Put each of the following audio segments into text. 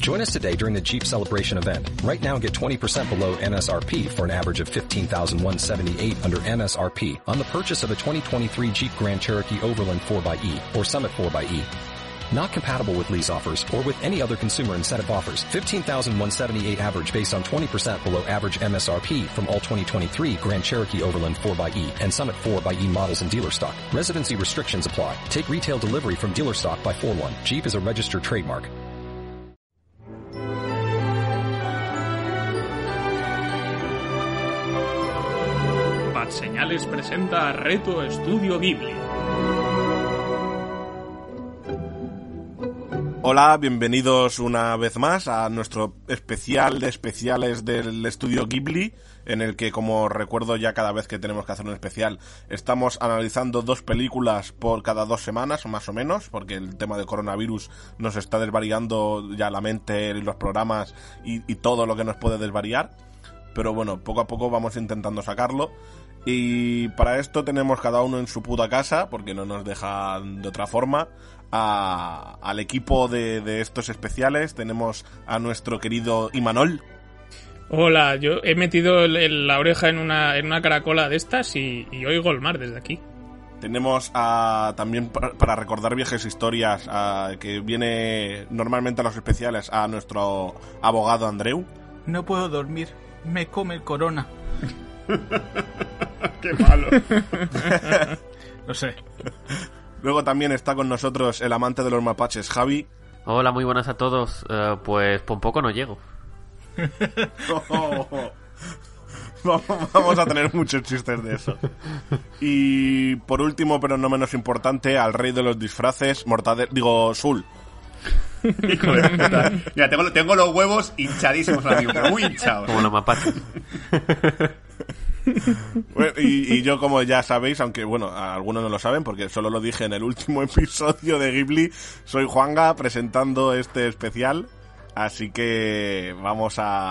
Join us today during the Jeep Celebration event. Right now, get 20% below MSRP for an average of $15,178 under MSRP on the purchase of a 2023 Jeep Grand Cherokee Overland 4xE or Summit 4xE. Not compatible with lease offers or with any other consumer incentive offers. $15,178 average based on 20% below average MSRP from all 2023 Grand Cherokee Overland 4xE and Summit 4xE models in dealer stock. Residency restrictions apply. Take retail delivery from dealer stock by 4/1. Jeep is a registered trademark. Bad Señales presenta Reto Estudio Ghibli. Hola, bienvenidos una vez más a nuestro especial de especiales del estudio Ghibli, en el que, como recuerdo ya cada vez que tenemos que hacer un especial, estamos analizando 2 películas por cada 2 semanas, más o menos, porque el tema del coronavirus nos está desvariando ya la mente, los programas y todo lo que nos puede desvariar. Pero bueno, poco a poco vamos intentando sacarlo. Y para esto tenemos cada uno en su puta casa, porque no nos dejan de otra forma, al equipo de estos especiales. Tenemos a nuestro querido Imanol. Hola, yo he metido la oreja en una caracola de estas y oigo el mar desde aquí. Tenemos también, para recordar viejas historias, que viene normalmente a los especiales, a nuestro abogado Andreu. No puedo dormir, me come el corona. ¡Qué malo! Lo sé. Luego también está con nosotros el amante de los mapaches, Javi. Hola, muy buenas a todos. Pues por poco no llego. Vamos a tener muchos chistes de eso. Y por último, pero no menos importante, al rey de los disfraces, Sul. Hijo de puta. Mira, tengo los huevos hinchadísimos ahora mismo, pero muy hinchados. Como los mapaches. Bueno, y yo, como ya sabéis, aunque bueno, algunos no lo saben porque solo lo dije en el último episodio de Ghibli, soy Juanga presentando este especial, así que vamos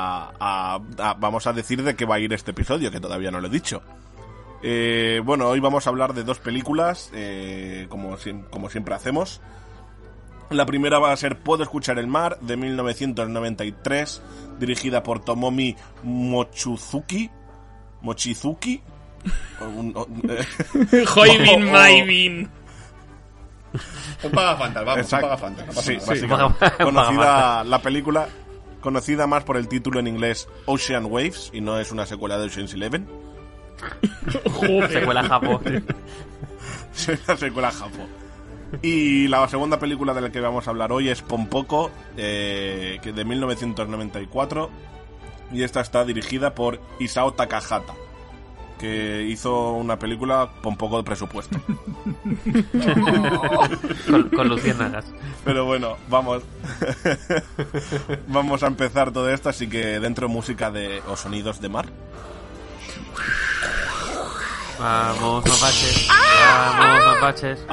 a decir de qué va a ir este episodio, que todavía no lo he dicho. Bueno, hoy vamos a hablar de 2 películas, como siempre hacemos. La primera va a ser Puedo escuchar el mar, de 1993, dirigida por Tomomi Mochizuki. Hoibin Maibin. Un pagafantas, vamos, un pagafantas. Sí, básicamente. Conocida la película, conocida más por el título en inglés Ocean Waves, y no es una secuela de Ocean's 11. Secuela Japón. Es una secuela Japón. Y la segunda película de la que vamos a hablar hoy es Pompoko, que de 1994, y esta está dirigida por Isao Takahata, que hizo una película con poco de presupuesto. con luciérnagas. Pero bueno, vamos a empezar todo esto, así que dentro música o sonidos de mar. Vamos, mapaches. Vamos, mapaches.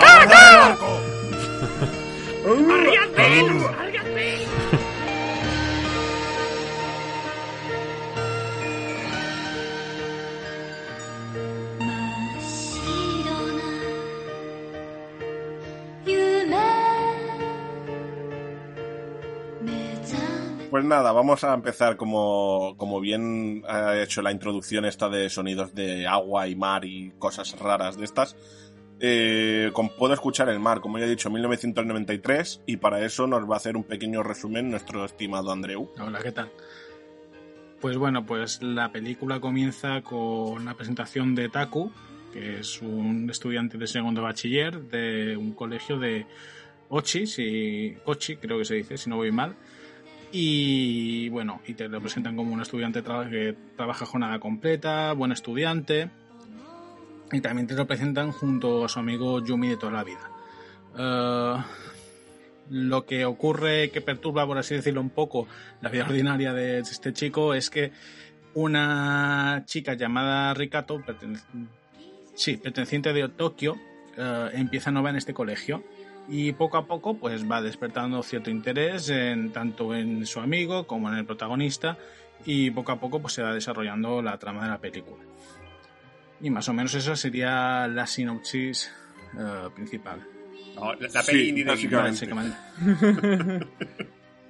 Pues nada, vamos a empezar como bien ha hecho la introducción esta de sonidos de agua y mar y cosas raras de estas. Puedo escuchar el mar, como ya he dicho, 1993, y para eso nos va a hacer un pequeño resumen nuestro estimado Andreu. Hola, ¿qué tal? Pues bueno, pues la película comienza con la presentación de Taku, que es un estudiante de segundo de bachiller de un colegio de Kochi, creo que se dice, si no voy mal. Y bueno, y te lo presentan como un estudiante que trabaja jornada completa, buen estudiante, y también te lo presentan junto a su amigo Yumi de toda la vida. Lo que ocurre, que perturba, por así decirlo, un poco la vida ordinaria de este chico, es que una chica llamada Rikato, perteneciente de Tokio, empieza nueva en este colegio. Y poco a poco pues va despertando cierto interés tanto en su amigo como en el protagonista, y poco a poco pues se va desarrollando la trama de la película. Y más o menos esa sería la sinopsis principal. No, la peli indie de básicamente.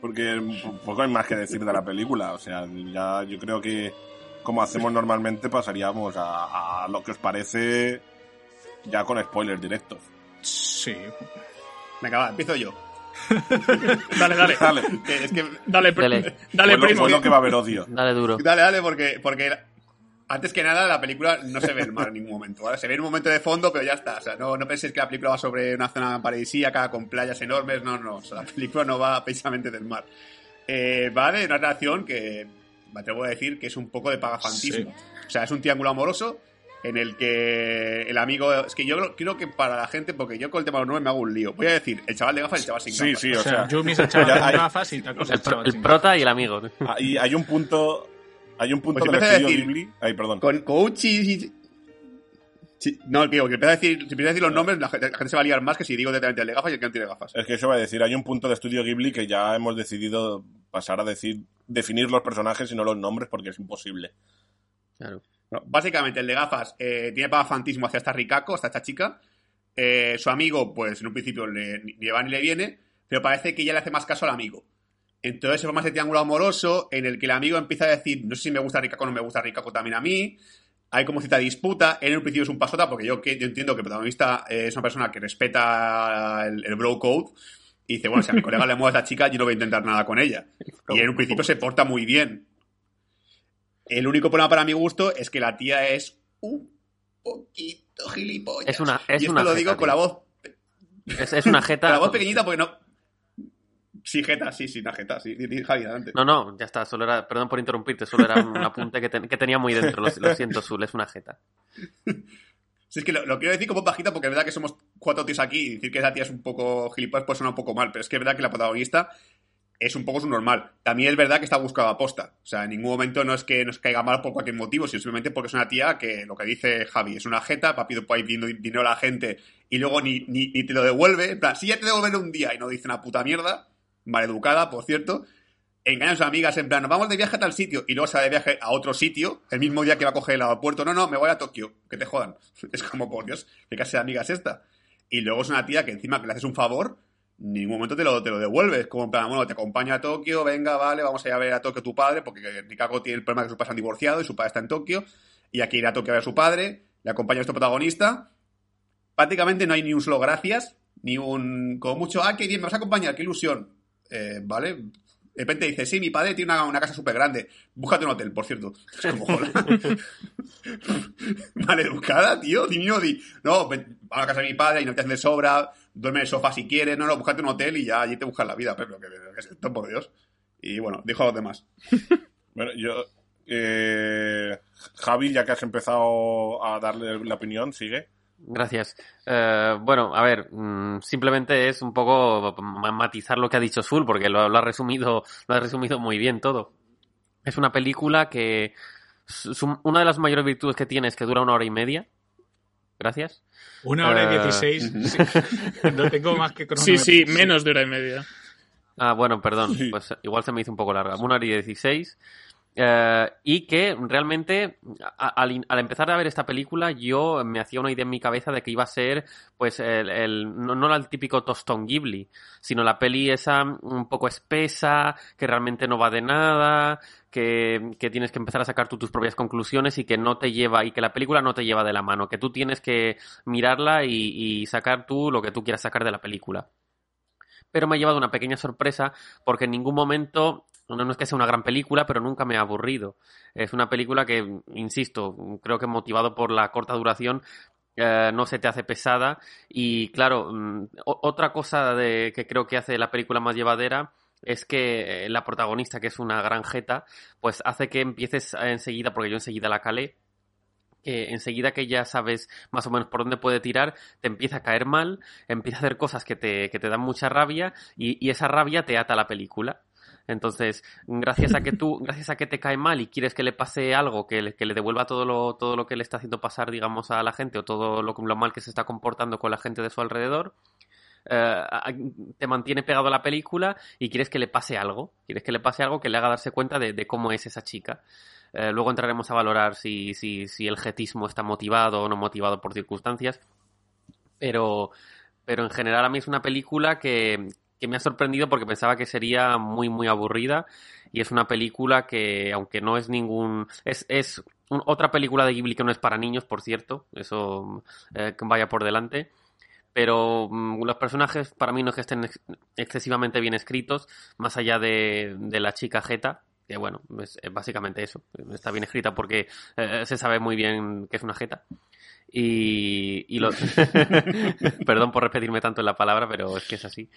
porque poco hay más que decir de la película. O sea, ya yo creo que como hacemos normalmente pasaríamos a lo que os parece ya con spoilers directos. Sí. Venga, va, empiezo yo. Dale. Es que... Dale, primo. Fue lo que va a haber odio. Dale duro. Dale, porque antes que nada la película no se ve el mar en ningún momento, ¿vale? Se ve en un momento de fondo, pero ya está. O sea, no penséis que la película va sobre una zona paradisíaca con playas enormes. No. O sea, la película no va precisamente del mar. Va de una relación que me atrevo a decir que es un poco de pagafantismo. Sí. O sea, es un triángulo amoroso en el que el amigo... Es que yo creo que para la gente, porque yo con el tema de los nombres me hago un lío. Voy a decir el chaval de gafas y el chaval sin gafas. Sí, O sea, Yumi es el chaval ya de hay- gafas y Taco es el chaval El sin prota y el amigo. hay un punto Pues del empieza a estudio decir- Ghibli. Ay, perdón. Con Uchi... Sí, no, que empieza a decir, si empieza a decir los nombres, la gente se va a liar más que si digo directamente el de gafas y el que no tiene gafas. Es que eso va a decir, hay un punto de estudio Ghibli que ya hemos decidido pasar a definir los personajes y no los nombres porque es imposible. Claro. No, básicamente, el de gafas tiene pagafantismo hacia esta Rikako, hasta esta chica. Su amigo, pues en un principio ni le va ni le viene, pero parece que ella le hace más caso al amigo. Entonces se forma ese triángulo amoroso en el que el amigo empieza a decir, no sé si me gusta Rikako o no me gusta Rikako también a mí. Hay como cierta disputa. Él en un principio es un pasota porque yo entiendo que el protagonista es una persona que respeta el bro code y dice, bueno, si a mi colega le mola a esta chica, yo no voy a intentar nada con ella. Y en un principio se porta muy bien. El único problema para mi gusto es que la tía es un poquito gilipollas. Es una y esto jeta, lo digo tío. con la voz... Es una jeta. Con la voz pequeñita porque no... Sí, jeta, sí, una jeta, sí. Javi, adelante. No, ya está. Solo era, perdón por interrumpirte, solo era un apunte que tenía muy dentro. Lo siento, Zul, es una jeta. Sí, es que lo quiero decir como bajita porque es verdad que somos 4 tíos aquí y decir que esa tía es un poco gilipollas pues suena un poco mal, pero es que es verdad que la protagonista es un poco subnormal. También es verdad que está buscada a posta. O sea, en ningún momento no es que nos caiga mal por cualquier motivo, sino simplemente porque es una tía que, lo que dice Javi, es una jeta, va pidiendo dinero a la gente y luego ni te lo devuelve. En plan, si ya te devuelve un día y no dice una puta mierda, maleducada, por cierto, engaña a sus amigas en plan, nos vamos de viaje a tal sitio y luego se va de viaje a otro sitio el mismo día que va a coger el aeropuerto. No, me voy a Tokio, que te jodan. Es como, por Dios, qué clase de amiga es esta. Y luego es una tía que encima que le haces un favor, en ningún momento te lo devuelves. Como en plan, bueno, te acompaño a Tokio, venga, vale, vamos a ir a ver a Tokio a tu padre, porque Rikako tiene el problema de que sus padres han divorciado y su padre está en Tokio, y aquí ir a Tokio a ver a su padre, le acompaña a este protagonista. Prácticamente no hay ni un solo gracias, ni un... Como mucho, qué bien, me vas a acompañar, qué ilusión. ¿Vale? De repente dice, sí, mi padre tiene una casa súper grande. Búscate un hotel, por cierto. Es como, joder. Vale, educada, tío. No, vamos a la casa de mi padre y no te hacen de sobra. Duerme en el sofá si quieres. No, búscate un hotel y ya allí te buscas la vida. Pero que es esto, por Dios. Y bueno, dijo a los demás. Bueno, yo... Javi, ya que has empezado a darle la opinión, sigue. Gracias. Bueno, a ver, simplemente es un poco matizar lo que ha dicho Zul, porque lo ha resumido muy bien todo. Es una película que una de las mayores virtudes que tiene es que dura 1 hora y media. Gracias. 1 hora y 16. Sí. No tengo más que Sí, menos de 1 hora y media. Bueno, perdón, Sí. pues igual se me hizo un poco larga. 1 hora y 16. Y que realmente al empezar a ver esta película yo me hacía una idea en mi cabeza de que iba a ser pues no el típico tostón Ghibli, sino la peli esa un poco espesa, que realmente no va de nada, que tienes que empezar a sacar tú tus propias conclusiones y que no te lleva, y que la película no te lleva de la mano, que tú tienes que mirarla y sacar tú lo que tú quieras sacar de la película. Pero me ha llevado una pequeña sorpresa porque en ningún momento, no es que sea una gran película, pero nunca me ha aburrido. Es una película que, insisto, creo que motivado por la corta duración, no se te hace pesada. Y claro, otra cosa que creo que hace la película más llevadera es que la protagonista, que es una gran jeta, pues hace que empieces enseguida, porque yo enseguida la calé, que enseguida que ya sabes más o menos por dónde puede tirar, te empieza a caer mal, empieza a hacer cosas que te dan mucha rabia y esa rabia te ata a la película. Entonces, gracias a que te cae mal y quieres que le pase algo, que le devuelva todo lo que le está haciendo pasar, digamos, a la gente, o todo lo mal que se está comportando con la gente de su alrededor, te mantiene pegado a la película y quieres que le pase algo. Quieres que le pase algo que le haga darse cuenta de cómo es esa chica. Luego entraremos a valorar si el jetismo está motivado o no motivado por circunstancias. Pero en general a mí es una película que me ha sorprendido porque pensaba que sería muy, muy aburrida. Y es una película que, aunque no es ningún... otra película de Ghibli que no es para niños, por cierto. Eso que vaya por delante. Pero los personajes para mí no es que estén excesivamente bien escritos, más allá de la chica Jeta, que bueno, es básicamente eso. Está bien escrita porque se sabe muy bien que es una Jeta. Y los... Perdón por repetirme tanto en la palabra, pero es que es así.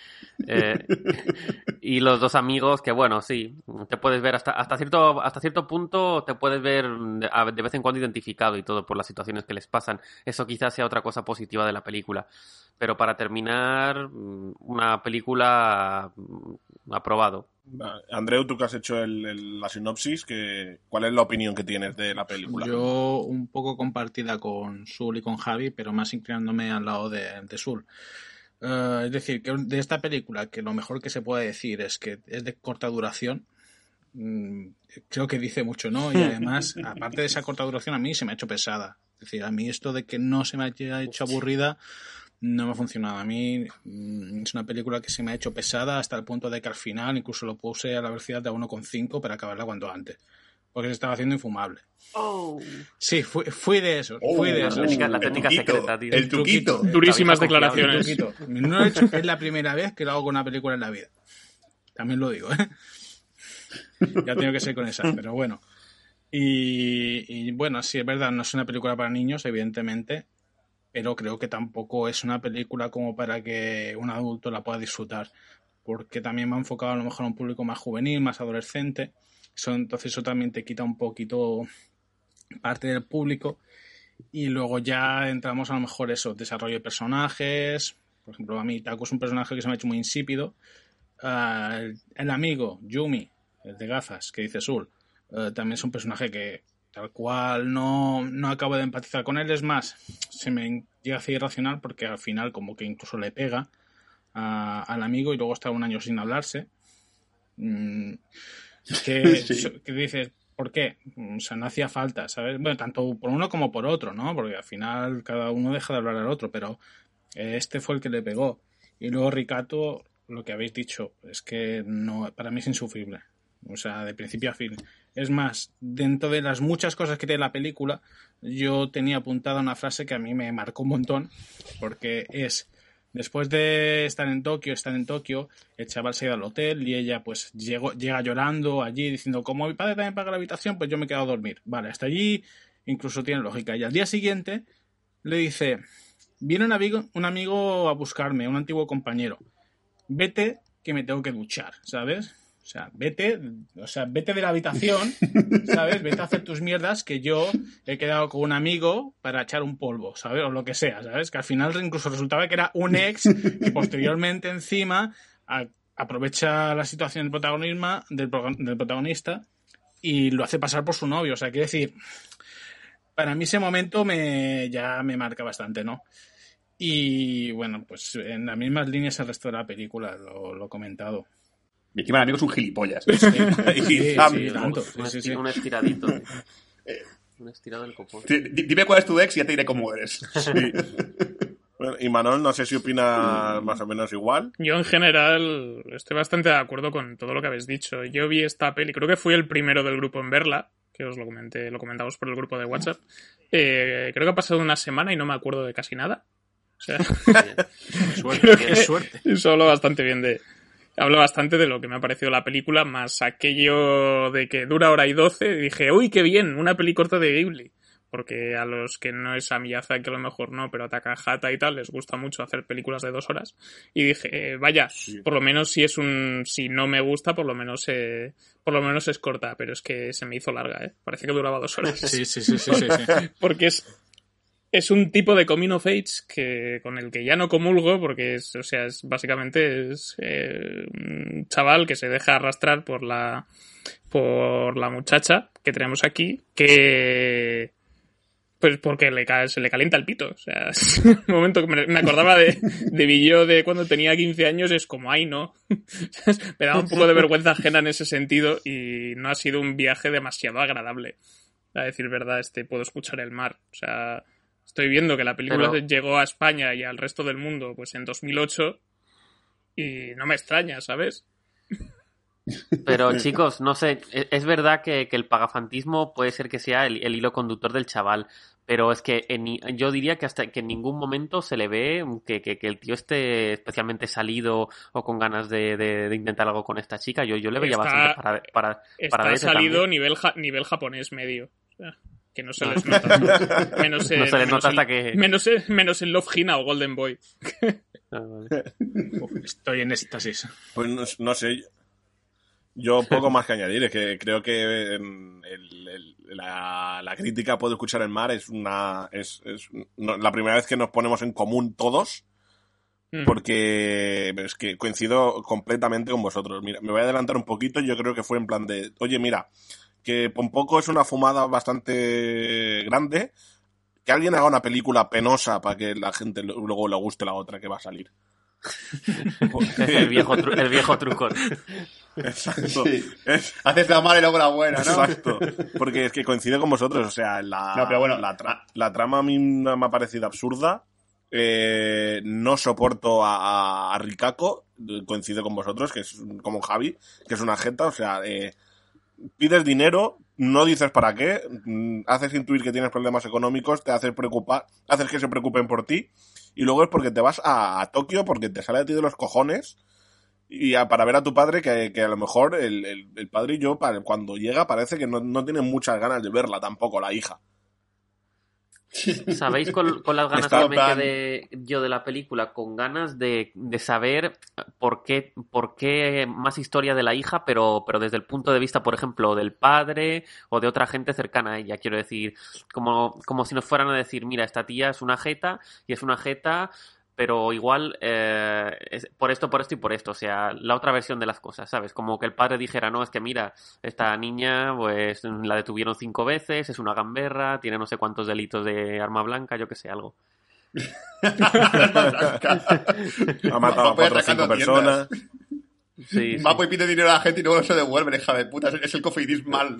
Y los dos amigos que, bueno, sí, te puedes ver hasta cierto punto, te puedes ver de vez en cuando identificado y todo por las situaciones que les pasan. Eso quizás sea otra cosa positiva de la película. Pero para terminar, una película aprobado. Andreu, tú que has hecho la sinopsis, ¿cuál es la opinión que tienes de la película? Yo un poco compartida con Sul y con Javi, pero más inclinándome al lado de Sul. Es decir, que de esta película, que lo mejor que se puede decir es que es de corta duración, creo que dice mucho, ¿no? Y además, aparte de esa corta duración, a mí se me ha hecho pesada. Es decir, a mí esto de que no se me haya hecho aburrida no me ha funcionado. A mí es una película que se me ha hecho pesada hasta el punto de que al final incluso lo puse a la velocidad de 1,5 para acabarla cuanto antes. Porque se estaba haciendo infumable. Oh. Sí, fui de esos. La técnica secreta, tío. El truquito. Durísimas declaraciones. No he hecho, es la primera vez que lo hago con una película en la vida. También lo digo, ¿eh? Ya tengo que ser con esa, pero bueno. Y bueno, sí, es verdad, no es una película para niños, evidentemente, pero creo que tampoco es una película como para que un adulto la pueda disfrutar, porque también me ha enfocado a lo mejor a un público más juvenil, más adolescente. Entonces eso también te quita un poquito parte del público. Y luego ya entramos a lo mejor eso, desarrollo de personajes. Por ejemplo, a mí Taku es un personaje que se me ha hecho muy insípido. El amigo, Yumi, el de gafas, que dice Sul, también es un personaje que tal cual no acabo de empatizar con él. Es más, se me llega a hacer irracional porque al final como que incluso le pega al amigo y luego está un año sin hablarse. Que dices, ¿por qué? O sea, no hacía falta, ¿sabes? Bueno, tanto por uno como por otro, ¿no? Porque al final cada uno deja de hablar al otro, pero este fue el que le pegó. Y luego Rikato, lo que habéis dicho, es que no, para mí es insufrible. O sea, de principio a fin. Es más, dentro de las muchas cosas que tiene la película, yo tenía apuntada una frase que a mí me marcó un montón, porque es: después de estar en Tokio, el chaval se ha ido al hotel y ella pues llega llorando allí diciendo, como mi padre también paga la habitación, pues yo me he quedado a dormir. Vale, hasta allí incluso tiene lógica. Y al día siguiente le dice, viene un amigo a buscarme, un antiguo compañero. Vete que me tengo que duchar, ¿sabes? O sea, vete de la habitación, ¿sabes? Vete a hacer tus mierdas, que yo he quedado con un amigo para echar un polvo, ¿sabes? O lo que sea, ¿sabes? Que al final incluso resultaba que era un ex y posteriormente encima aprovecha la situación del protagonista y lo hace pasar por su novio. O sea, quiero decir, para mí ese momento ya me marca bastante, ¿no? Y bueno, pues en las mismas líneas el resto de la película, lo he comentado. Y encima el amigo es un gilipollas. Sí, tanto. Sí. Un estiradito. Un estirado del copón. Dime cuál es tu ex y ya te diré cómo eres. Sí. Bueno, y Manol, no sé si opina más o menos igual. Yo en general estoy bastante de acuerdo con todo lo que habéis dicho. Yo vi esta peli, creo que fui el primero del grupo en verla, que os lo comentamos por el grupo de WhatsApp. Creo que ha pasado una semana y no me acuerdo de casi nada. O sea, Suerte. Solo bastante bien hablo bastante de lo que me ha parecido la película, más aquello de que dura 1:12, y dije, uy, qué bien, una peli corta de Ghibli. Porque a los que no es a Miyazaki, que a lo mejor no, pero a Takahata y tal, les gusta mucho hacer películas de 2 horas. Y dije, vaya, sí. Por lo menos si no me gusta, por lo menos es corta, pero es que se me hizo larga, ¿eh? Parece que duraba 2 horas. Sí. Porque es un tipo de coming of age con el que ya no comulgo, porque básicamente es un chaval que se deja arrastrar por la muchacha que tenemos aquí, que pues porque se le calienta el pito. O sea, es un momento que me acordaba de mi yo de cuando tenía 15 años, es como, ay, no. Me daba un poco de vergüenza ajena en ese sentido y no ha sido un viaje demasiado agradable. A decir verdad, puedo escuchar el mar. O sea, estoy viendo que la película llegó a España y al resto del mundo pues en 2008 Y no me extraña, ¿sabes? Pero chicos, no sé, es verdad que el pagafantismo puede ser que sea el hilo conductor del chaval, pero es que yo diría que hasta que en ningún momento se le ve que el tío esté especialmente salido o con ganas de intentar algo con esta chica. Yo le veía bastante para está salido también. nivel japonés medio. O sea, que no se les nota. Menos no se les nota hasta que... Menos en Love Hina o Golden Boy. Estoy en éxtasis. Pues no sé... Yo poco más que añadir, es que creo que la crítica Puedo escuchar el mar es la primera vez que nos ponemos en común todos, porque es que coincido completamente con vosotros. Mira, me voy a adelantar un poquito, yo creo que fue en plan de, oye, mira, que Pompoco es una fumada bastante grande, que alguien haga una película penosa para que la gente luego le guste la otra que va a salir. el viejo truco. Exacto. Sí. Haces la mala y luego la buena, ¿no? Exacto. Porque es que coincido con vosotros, o sea, pero bueno. la trama a mí me ha parecido absurda. No soporto a Rikako, coincido con vosotros, que es como Javi, que es una jeta, o sea, pides dinero, no dices para qué, haces intuir que tienes problemas económicos, te haces preocupar, haces que se preocupen por ti, y luego es porque te vas a Tokio, porque te sale a ti de los cojones, y para ver a tu padre, que a lo mejor el padre y yo, cuando llega, parece que no tienen muchas ganas de verla tampoco, la hija. ¿Sabéis con las ganas que me quedé yo de la película? Con ganas de saber por qué más historia de la hija, pero desde el punto de vista, por ejemplo, del padre o de otra gente cercana a ella. Quiero decir, como si nos fueran a decir, mira, esta tía es una jeta y es una jeta, pero igual es por esto y por esto, o sea, la otra versión de las cosas, ¿sabes? Como que el padre dijera, no, es que mira, esta niña pues la detuvieron 5 veces, es una gamberra, tiene no sé cuántos delitos de arma blanca, yo que sé, algo. Ha matado a 4 o 5 personas. Sí, Mapo y pide dinero a la gente y luego se devuelve, hija de puta, es el cofidis mal.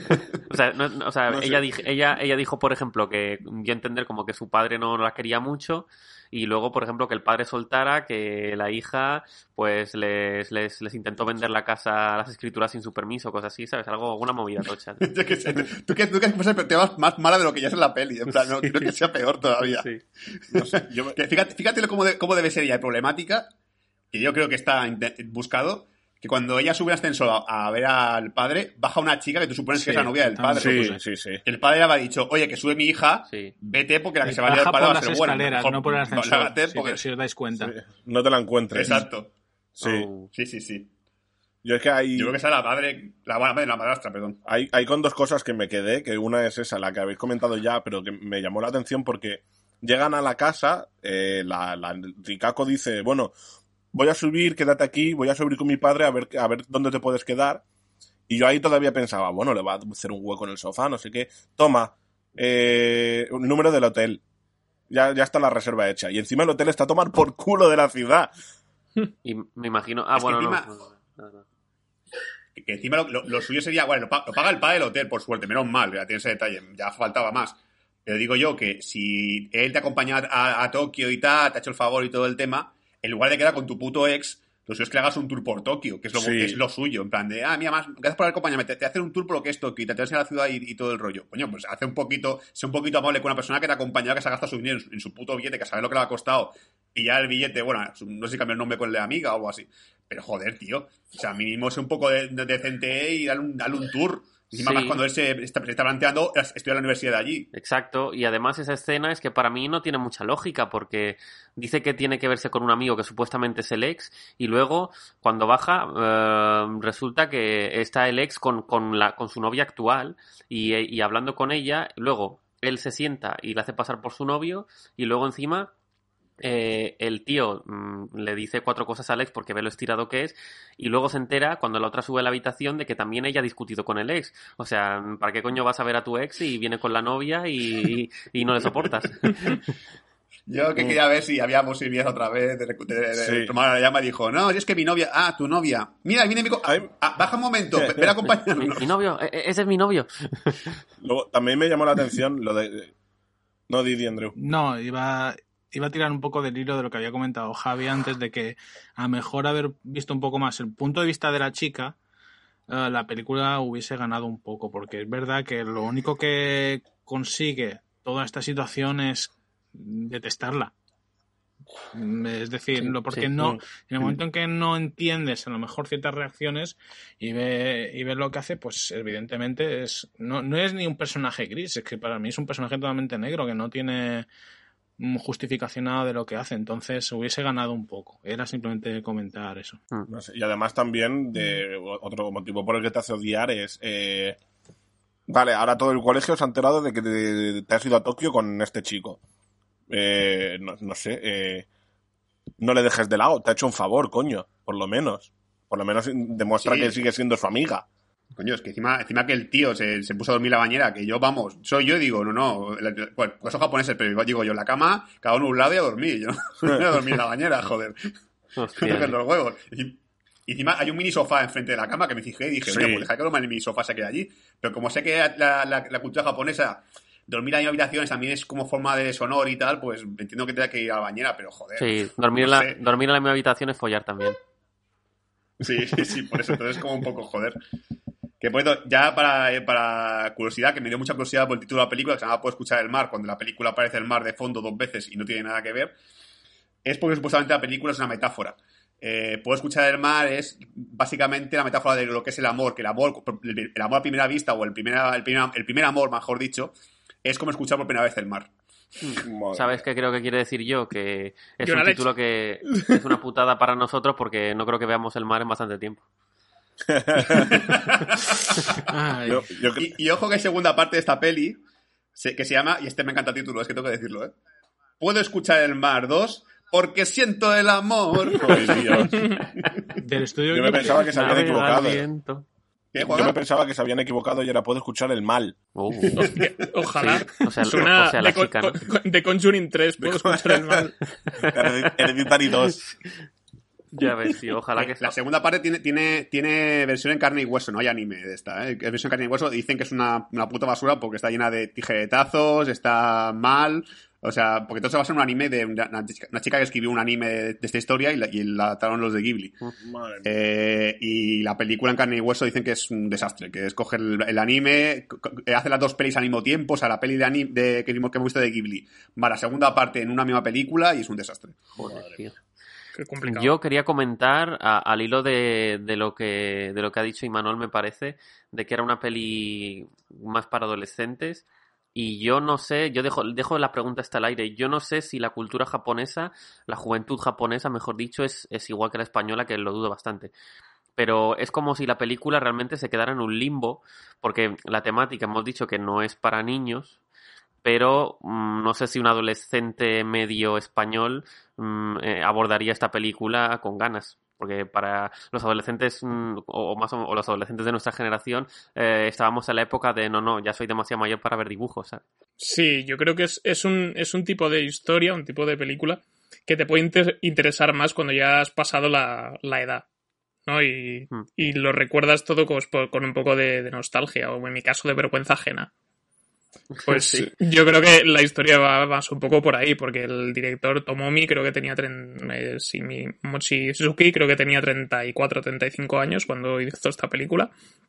No sé. ella dijo, por ejemplo, que yo entender como que su padre no la quería mucho, y luego, por ejemplo, que el padre soltara, que la hija pues les intentó vender la casa, las escrituras sin su permiso, cosas así, ¿sabes? Alguna movida tocha. Yo qué sé, tú que te vas más mala de lo que ya es en la peli, en plan, no creo que sea peor todavía. Sí. No sé, fíjate cómo debe ser ya problemática, que yo creo que está buscado, que cuando ella sube al ascensor a ver al padre, baja una chica que tú supones que es la novia del padre. Sí. El padre le había dicho, oye, que sube mi hija, vete porque la que se va a liar al padre va a ser buena. Baja por las escaleras, no por el ascensor, porque... si os dais cuenta. Sí. No te la encuentres. Exacto. Sí. Sí. Yo creo que esa es la madrastra, perdón. Hay con 2 cosas que me quedé, que una es esa, la que habéis comentado ya, pero que me llamó la atención porque llegan a la casa, la Rikako dice, bueno, voy a subir, quédate aquí, voy a subir con mi padre a ver dónde te puedes quedar. Y yo ahí todavía pensaba, bueno, le va a hacer un hueco en el sofá, no sé qué. Toma, un número del hotel. Ya está la reserva hecha. Y encima el hotel está a tomar por culo de la ciudad. Y me imagino... no. Que encima lo suyo sería, bueno, lo paga el padre del hotel, por suerte, menos mal, ya tiene ese detalle, ya faltaba más. Pero digo yo que si él te acompaña a Tokio y tal, te ha hecho el favor y todo el tema, en lugar de quedar con tu puto ex, lo suyo es que le hagas un tour por Tokio, que es lo suyo, en plan de, mira, más, gracias por acompañarme, te hacer un tour por lo que es Tokio y te traes a la ciudad y todo el rollo. Coño, pues sé un poquito amable con una persona que te ha acompañado, que se ha gastado su dinero en su puto billete, que sabe lo que le ha costado, y ya el billete, bueno, no sé si cambia el nombre con el de amiga o algo así. Pero joder, tío, o sea, mínimo sé un poco decente y dale un tour. Encima más cuando él se está planteando estudiar en la universidad de allí. Exacto, y además esa escena es que para mí no tiene mucha lógica porque dice que tiene que verse con un amigo que supuestamente es el ex y luego cuando baja resulta que está el ex con su novia actual y hablando con ella, luego él se sienta y le hace pasar por su novio y luego encima... el tío le dice 4 cosas a Alex porque ve lo estirado que es y luego se entera cuando la otra sube a la habitación de que también ella ha discutido con el ex. O sea, ¿para qué coño vas a ver a tu ex y viene con la novia y no le soportas? Yo que quería ver si había posibilidades otra vez de tomar la llama y dijo, no, es que mi novia, tu novia, mira, viene baja un momento, ven a acompañarnos. Mi novio, ese es mi novio. Luego, también me llamó la atención lo de... No, Didi, Andrew. No, iba iba a tirar un poco del hilo de lo que había comentado Javi antes, de que a mejor haber visto un poco más el punto de vista de la chica, la película hubiese ganado un poco, porque es verdad que lo único que consigue toda esta situación es detestarla. Es decir, porque en el momento en que no entiendes a lo mejor ciertas reacciones y ves lo que hace, pues evidentemente no es ni un personaje gris, es que para mí es un personaje totalmente negro que no tiene justificación nada de lo que hace, entonces hubiese ganado un poco. Era simplemente comentar eso. No sé, y además también otro motivo por el que te hace odiar es vale, ahora todo el colegio se ha enterado de que te has ido a Tokio con este chico. No sé, no le dejes de lado, te ha hecho un favor, coño, por lo menos demuestra que sigue siendo su amiga. Coño, es que encima que el tío se puso a dormir en la bañera, que yo, vamos, soy yo, digo, no, pues son japoneses, pero digo yo, en la cama, cada uno a un lado y a dormir, yo no voy a dormir en la bañera, joder. Hostia, los huevos. Y encima hay un mini sofá enfrente de la cama que me fijé y dije, oye, pues deja que el mini sofá se quede allí. Pero como sé que la cultura japonesa, dormir en la misma habitación también es como forma de deshonor y tal, pues entiendo que tenga que ir a la bañera, pero joder. Sí, dormir en la misma habitación es follar también. Sí, por eso, entonces como un poco joder. Que por eso, ya para curiosidad, que me dio mucha curiosidad por el título de la película, que se llama Puedo escuchar el mar, cuando en la película aparece el mar de fondo 2 veces y no tiene nada que ver, es porque supuestamente la película es una metáfora. Puedo escuchar el mar es básicamente la metáfora de lo que es el amor, que el amor a primera vista, o el primer amor, mejor dicho, es como escuchar por primera vez el mar. ¿Sabes qué creo que quiere decir yo? Que es un título que es una putada para nosotros porque no creo que veamos el mar en bastante tiempo. Y ojo que hay segunda parte de esta peli que se llama, y me encanta el título, es que tengo que decirlo, Puedo escuchar el mar 2 porque siento el amor. Oh, Dios. Del estudio. Yo me pensaba que se habían equivocado. Yo me pensaba que se habían equivocado y ahora puedo escuchar el mal. Ojalá. Sí. Suena la chica, ¿no? de Conjuring 3, puedo escuchar el mal. Hereditary 2. Ya ves, tío, ojalá que... La segunda parte tiene versión en carne y hueso, no hay anime de esta, Es versión en carne y hueso. Dicen que es una puta basura porque está llena de tijeretazos, está mal. O sea, porque todo se basa en un anime de una chica que escribió un anime de esta historia y la adaptaron los de Ghibli. Y la película en carne y hueso dicen que es un desastre, que es coger el anime, hace las dos pelis al mismo tiempo, o sea, la peli de anime que hemos visto de Ghibli va la segunda parte en una misma película y es un desastre. Joder, tío. Qué complicado. Yo quería comentar al hilo de lo que ha dicho Imanol, me parece, de que era una peli más para adolescentes. Y yo no sé, yo dejo la pregunta hasta el aire. Yo no sé si la cultura japonesa, la juventud japonesa, mejor dicho, es igual que la española, que lo dudo bastante. Pero es como si la película realmente se quedara en un limbo, porque la temática hemos dicho que no es para niños, pero no sé si un adolescente medio español abordaría esta película con ganas. Porque para los adolescentes o los adolescentes de nuestra generación estábamos en la época de no, ya soy demasiado mayor para ver dibujos, ¿sabes? Sí, yo creo que es un tipo de historia, un tipo de película que te puede interesar más cuando ya has pasado la edad, ¿no? Y lo recuerdas todo con un poco de nostalgia, o en mi caso de vergüenza ajena. Pues sí. Yo creo que la historia va más un poco por ahí, porque el director Tomomi creo que tenía Mochizuki creo que tenía 34, 35 años cuando hizo esta película.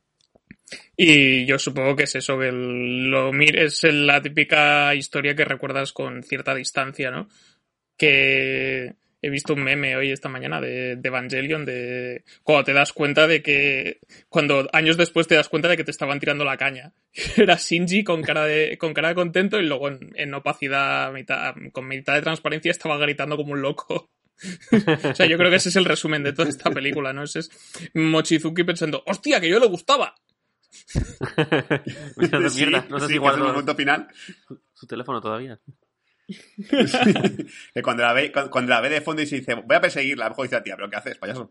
Y yo supongo que es eso, que es la típica historia que recuerdas con cierta distancia, ¿no? Que he visto un meme hoy esta mañana de Evangelion, de cuando te das cuenta de que... Cuando años después te das cuenta de que te estaban tirando la caña. Era Shinji con cara de contento y luego en opacidad, con mitad de transparencia, estaba gritando como un loco. O sea, yo creo que ese es el resumen de toda esta película, ¿no? Ese es Mochizuki pensando, ¡hostia, que yo le gustaba! Mierda, no sé si guardo el momento final. Su teléfono todavía. Sí. Que cuando la ve de fondo y se dice, voy a perseguirla, a lo mejor dice, tía, ¿pero qué haces, payaso?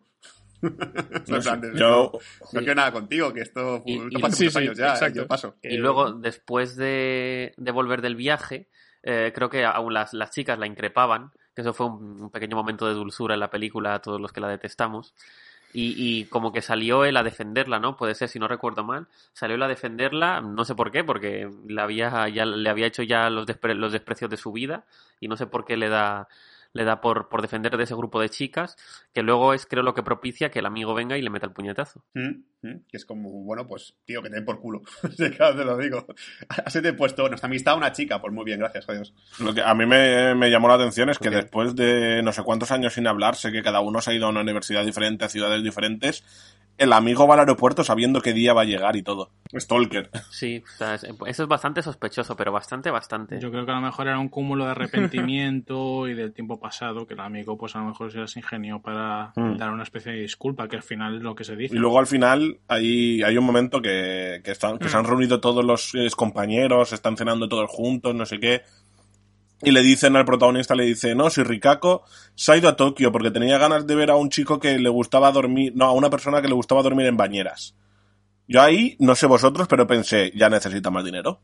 No quiero nada contigo, que esto hace muchos años ya, yo paso. Y luego, después de volver del viaje, creo que aún las chicas la increpaban, que eso fue un pequeño momento de dulzura en la película a todos los que la detestamos. y como que salió él a defenderla, ¿no? Puede ser, si no recuerdo mal. Salió él a defenderla, no sé por qué, porque le había hecho ya los desprecios de su vida y no sé por qué le da por defender de ese grupo de chicas, que luego es, creo, lo que propicia que el amigo venga y le meta el puñetazo. Que es como, bueno, pues, tío, que te den por culo. Claro, te lo digo. Así te he puesto, nuestra amistad a una chica, pues muy bien, gracias a Dios. Lo que a mí me llamó la atención es que después de no sé cuántos años sin hablarse, que cada uno se ha ido a una universidad diferente, a ciudades diferentes, el amigo va al aeropuerto sabiendo qué día va a llegar y todo. Stalker. Sí, o sea, eso es bastante sospechoso, pero bastante. Yo creo que a lo mejor era un cúmulo de arrepentimiento y del tiempo pasado, que el amigo pues a lo mejor se las ingenió para dar una especie de disculpa, que al final es lo que se dice. Y luego al final hay un momento que se han reunido todos los compañeros, están cenando todos juntos, no sé qué. Y le dicen al protagonista, no, si Rikako se ha ido a Tokio porque tenía ganas de ver a un chico que le gustaba dormir, no, a una persona que le gustaba dormir en bañeras. Yo ahí, no sé vosotros, pero pensé, ya necesita más dinero.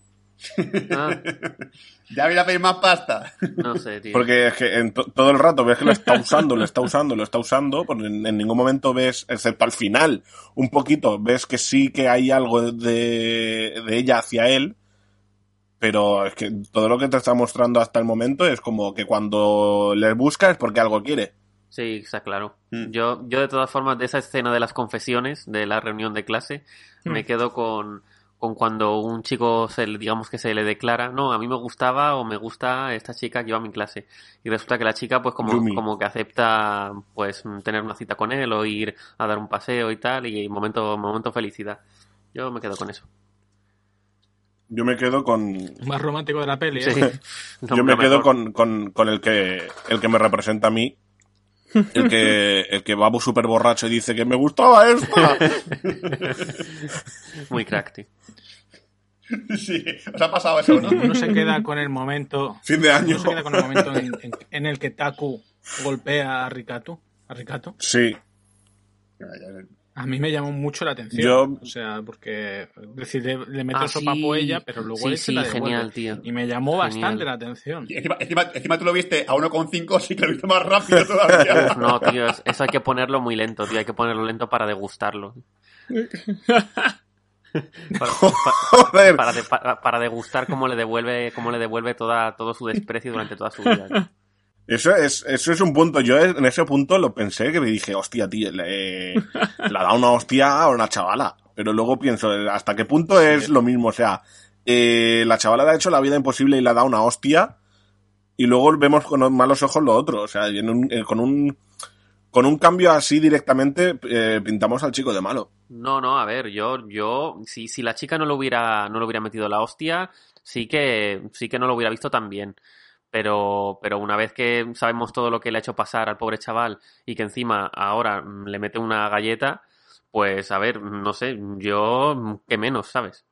Ya voy a pedir más pasta. No sé, tío. Porque es que todo el rato ves que lo está usando, porque en ningún momento ves, excepto al final, un poquito, ves que sí que hay algo de ella hacia él. Pero es que todo lo que te está mostrando hasta el momento es como que cuando le busca es porque algo quiere. Sí, está claro. Yo de todas formas, de esa escena de las confesiones, de la reunión de clase, me quedo con cuando un chico digamos que se le declara, no, a mí me gustaba o me gusta esta chica que iba a mi clase. Y resulta que la chica pues como que acepta pues tener una cita con él o ir a dar un paseo y tal, y momento felicidad. Yo me quedo con eso. Yo me quedo con... Más romántico de la peli, ¿eh? Sí. Yo me quedo con el que me representa a mí. El que va súper borracho y dice que me gustaba esta. Muy crack, tío. Sí, os ha pasado eso, ¿no? Uno se queda con el momento... Fin de año. Uno se queda con el momento en el que Taku golpea a Rikatu. Sí. A mí me llamó mucho la atención. O sea, porque le mete el sopapo a ella, pero luego él se la devuelve. Genial, tío. Y me llamó bastante la atención. Y encima tú lo viste a 1,5, sí que lo viste más rápido todavía. No, tío, eso hay que ponerlo muy lento, tío. Hay que ponerlo lento para degustarlo. Para degustar cómo le devuelve todo su desprecio durante toda su vida, tío. Eso es un punto. Yo en ese punto lo pensé, que me dije, hostia, tío, le ha dado una hostia a una chavala. Pero luego pienso, ¿hasta qué punto es lo mismo? O sea, la chavala le ha hecho la vida imposible y le ha dado una hostia. Y luego vemos con malos ojos lo otro. O sea, con un cambio así directamente pintamos al chico de malo. No, a ver, yo si la chica no le hubiera metido la hostia, sí que no lo hubiera visto tan bien. Pero una vez que sabemos todo lo que le ha hecho pasar al pobre chaval y que encima ahora le mete una galleta, pues a ver, no sé, yo qué menos, ¿sabes?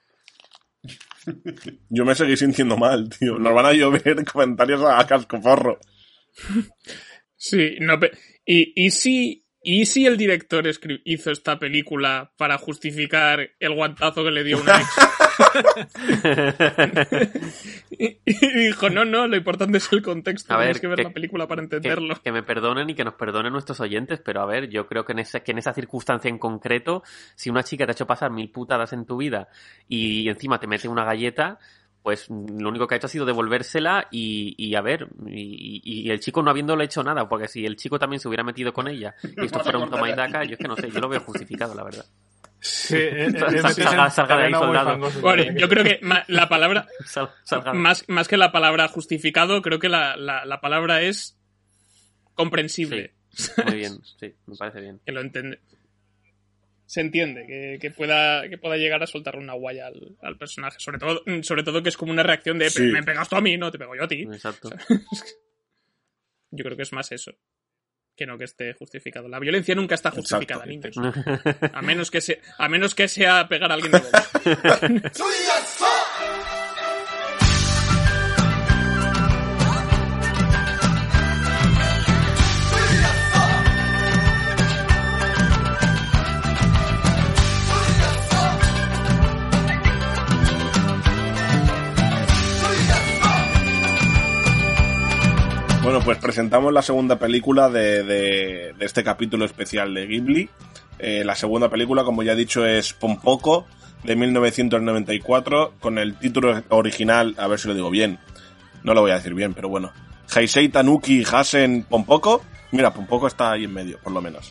Yo me seguí sintiendo mal, tío. Nos van a llover comentarios a cascoporro. Sí, no, ¿y si el director hizo esta película para justificar el guantazo que le dio una ex? y dijo, no, lo importante es el contexto, tienes que ver la película para entenderlo. Que me perdonen y que nos perdonen nuestros oyentes, pero a ver, yo creo que en esa circunstancia en concreto, si una chica te ha hecho pasar 1000 putadas en tu vida y encima te mete una galleta, pues lo único que ha hecho ha sido devolvérsela y a ver, y el chico no habiéndole hecho nada, porque si el chico también se hubiera metido con ella y esto fuera un toma y daca, yo es que no sé, yo lo veo justificado, la verdad. Sí, salga de ahí, soldado. Bueno, yo creo que la palabra más que la palabra justificado, creo que la palabra es comprensible. Sí, muy bien, sí, me parece bien. Que lo entiende. Se entiende que pueda llegar a soltar una guaya al personaje, sobre todo que es como una reacción de me pegas tú a mí, no te pego yo a ti. Exacto. Yo creo que es más eso que no que esté justificado. La violencia nunca está justificada, niños. A menos que sea pegar a alguien de boca. Bueno, Bueno, pues presentamos la segunda película de este capítulo especial de Ghibli. La segunda película, como ya he dicho, es Pompoko, de 1994, con el título original, a ver si lo digo bien, no lo voy a decir bien, pero bueno, Heisei Tanuki Hasen Pompoko. Mira, Pompoko está ahí en medio, por lo menos.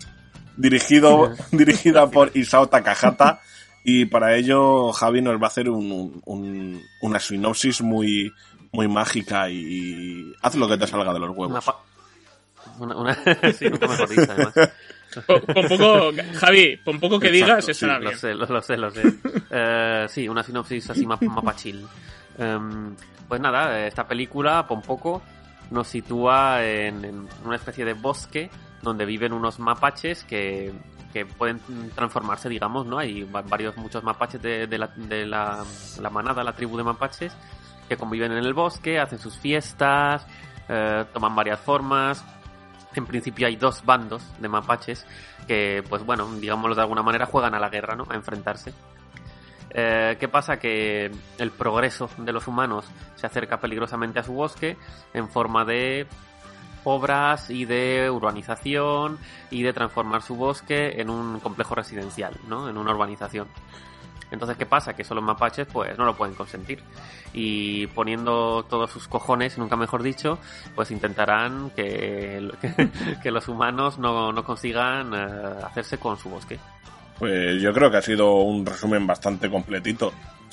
Dirigida por Isao Takahata, y para ello Javi nos va a hacer una sinopsis muy mágica y haz lo que te salga de los huevos. Sí, nunca mejor dicho, además. Javi, con poco que Exacto, digas, sí, estará bien. Lo sé. Sí, una sinopsis así mapa chill. Pues nada, esta película, Pompoko, nos sitúa en una especie de bosque donde viven unos mapaches que pueden transformarse, digamos, ¿no? Hay muchos mapaches de la manada, la tribu de mapaches, que conviven en el bosque, hacen sus fiestas, toman varias formas. En principio hay 2 bandos de mapaches que, pues bueno, digámoslo de alguna manera, juegan a la guerra, ¿no? A enfrentarse. ¿Qué pasa? Que el progreso de los humanos se acerca peligrosamente a su bosque en forma de obras y de urbanización y de transformar su bosque en un complejo residencial, ¿no? En una urbanización. Entonces, ¿qué pasa? Que esos los mapaches pues no lo pueden consentir, y poniendo todos sus cojones, nunca mejor dicho, pues intentarán que los humanos no consigan hacerse con su bosque. Pues yo creo que ha sido un resumen bastante completito.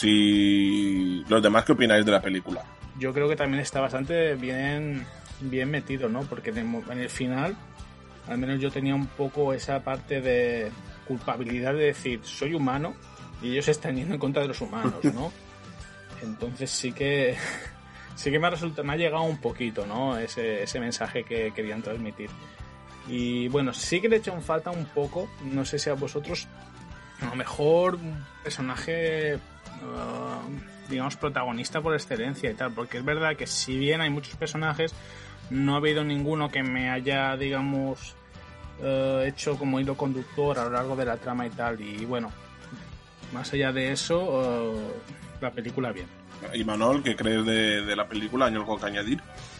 Si los demás, ¿qué opináis de la película? Yo creo que también está bastante bien metido, ¿no? Porque en el final, al menos yo tenía un poco esa parte de culpabilidad de decir, soy humano y ellos están yendo en contra de los humanos, ¿no? Entonces sí que me ha llegado un poquito, ¿no? Ese mensaje que querían transmitir. Y bueno, sí que le he hecho en falta un poco, no sé si a vosotros, a lo mejor un personaje, digamos, protagonista por excelencia y tal, porque es verdad que si bien hay muchos personajes, no ha habido ninguno que me haya, digamos, hecho como hilo conductor a lo largo de la trama y tal. Y bueno, más allá de eso, la película bien. Y Manol, ¿qué crees de la película? ¿Hay algo que añadir?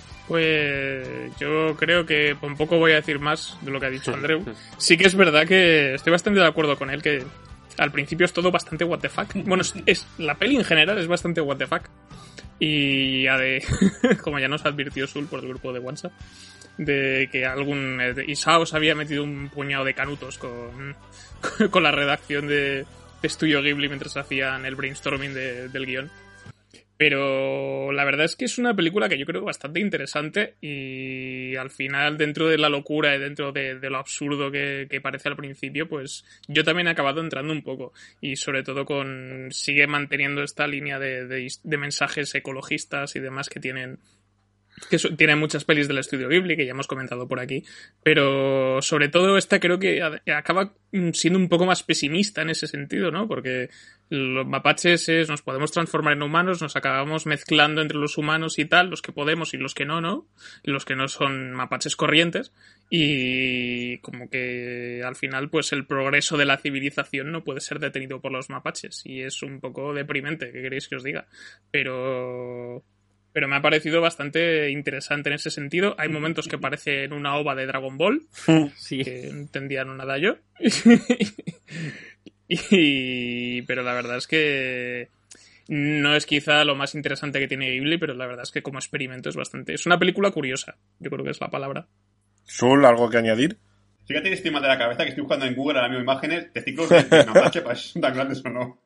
Pues yo creo que un poco voy a decir más de lo que ha dicho Andreu. Sí que es verdad que estoy bastante de acuerdo con él, que al principio es todo bastante what the fuck. Bueno, la peli en general es bastante what the fuck. Y como ya nos advirtió Sul por el grupo de WhatsApp, de que Isao se había metido un puñado de canutos con la redacción de Estudio Ghibli mientras hacían el brainstorming del guión. Pero la verdad es que es una película que yo creo bastante interesante, y al final, dentro de la locura y dentro de lo absurdo que parece al principio, pues yo también he acabado entrando un poco, y sobre todo sigue manteniendo esta línea de mensajes ecologistas y demás que tienen muchas pelis del estudio Ghibli, que ya hemos comentado por aquí, pero sobre todo esta creo que acaba siendo un poco más pesimista en ese sentido, ¿no? Porque los mapaches nos podemos transformar en humanos, nos acabamos mezclando entre los humanos y tal, los que podemos y los que no, los que no son mapaches corrientes, y como que al final pues el progreso de la civilización no puede ser detenido por los mapaches, y es un poco deprimente, ¿qué queréis que os diga? Pero me ha parecido bastante interesante en ese sentido. Hay momentos que parecen una ova de Dragon Ball, Sí. que no entendía nada yo. Pero la verdad es que no es quizá lo más interesante que tiene Ghibli, pero la verdad es que como experimento es una película curiosa, yo creo que es la palabra. Sul, ¿algo que añadir? Fíjate que estoy mal de la cabeza, que estoy buscando en Google ahora mismo imágenes de ciclos de mapache, para si son tan grandes o no.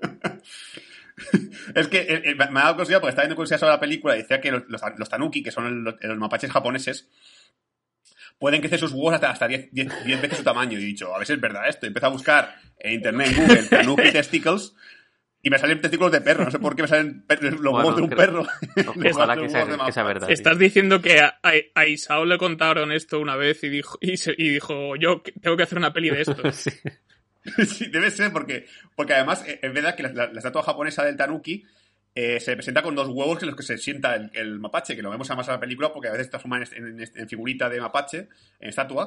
Es que me ha dado curiosidad porque estaba viendo curiosidad sobre la película y decía que los tanuki, que son los mapaches japoneses, pueden crecer sus huevos hasta 10 veces su tamaño. Y he dicho, a ver si es verdad esto. Y empeczo a buscar en internet, en Google, tanuki testicles, y me salen testículos de perro. No sé por qué me salen los huevos de un perro. Ojalá que sea verdad. Estás diciendo que a Isao le contaron esto una vez y dijo, yo tengo que hacer una peli de esto. Sí. Sí, debe ser, porque además es verdad que la estatua japonesa del tanuki se presenta con 2 huevos en los que se sienta el mapache, que lo vemos además en la película porque a veces transforman en figurita de mapache, en estatua,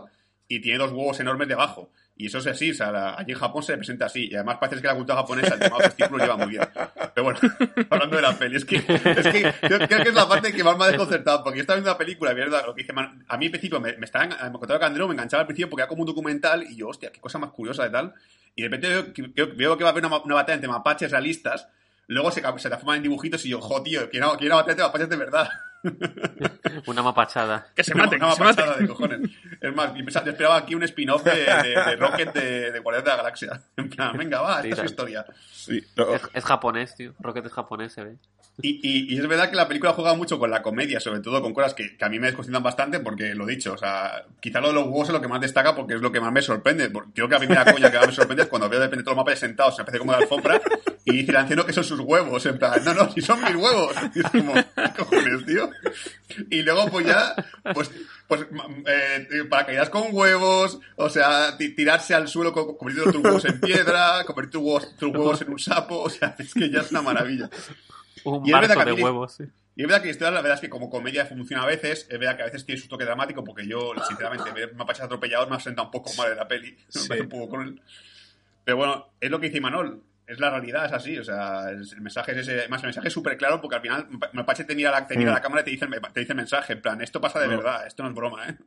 y tiene 2 huevos enormes debajo. Y eso es así, o sea, allí en Japón se presenta así. Y además parece que la cultura japonesa, el tema de los testículos lleva muy bien. Pero bueno, hablando de la peli, es que yo creo que es la parte que más me ha desconcertado, porque yo estaba viendo la película, ¿verdad? Lo que dice, a mí al principio me contaba que Andreu me enganchaba al principio porque era como un documental, y yo, hostia, qué cosa más curiosa de tal. Y de repente veo que va a haber una batalla entre mapaches realistas, luego se transforman en dibujitos, y yo, jo, tío, quiero una batalla entre mapaches de verdad. Una mapachada. Que se maten, Una que se maten. mapachada de cojones. Es más, yo esperaba aquí un spin-off de Rocket de Guardianes de la Galaxia. En plan, venga, va, esta es su historia. Sí, no. Es japonés, tío. Rocket es japonés, se ve. Y es verdad que la película juega mucho con la comedia, sobre todo con cosas que a mí me desconcentran bastante, porque lo dicho, o sea, quizá lo de los huevos es lo que más destaca porque es lo que más me sorprende. Porque creo que la primera coña que más me sorprende es cuando veo de repente todos los mapas sentados, se me parece como de alfombra, y dice el anciano que son sus huevos. En plan, no, si son mis huevos. Y es como, ¿qué cojones, tío? Y luego, pues ya, paracaídas con huevos, o sea, tirarse al suelo convirtiendo tus huevos en piedra, convertir tus huevos en un sapo, o sea, es que ya es una maravilla. Un Y es verdad barco que de huevos, sí. Y es verdad que la historia, la verdad es que como comedia funciona a veces, es verdad que a veces tiene su toque dramático, porque yo, sinceramente, ver mapaches atropellados me ha sentado un poco mal en la peli. Sí. Me parece un poco cruel. Pero bueno, es lo que dice Imanol. Es la realidad, es así. O sea, el mensaje es ese. Además, el mensaje es súper claro, porque al final Mapache te mira la cámara y te dice el mensaje. En plan, esto pasa de verdad, esto no es broma, ¿eh?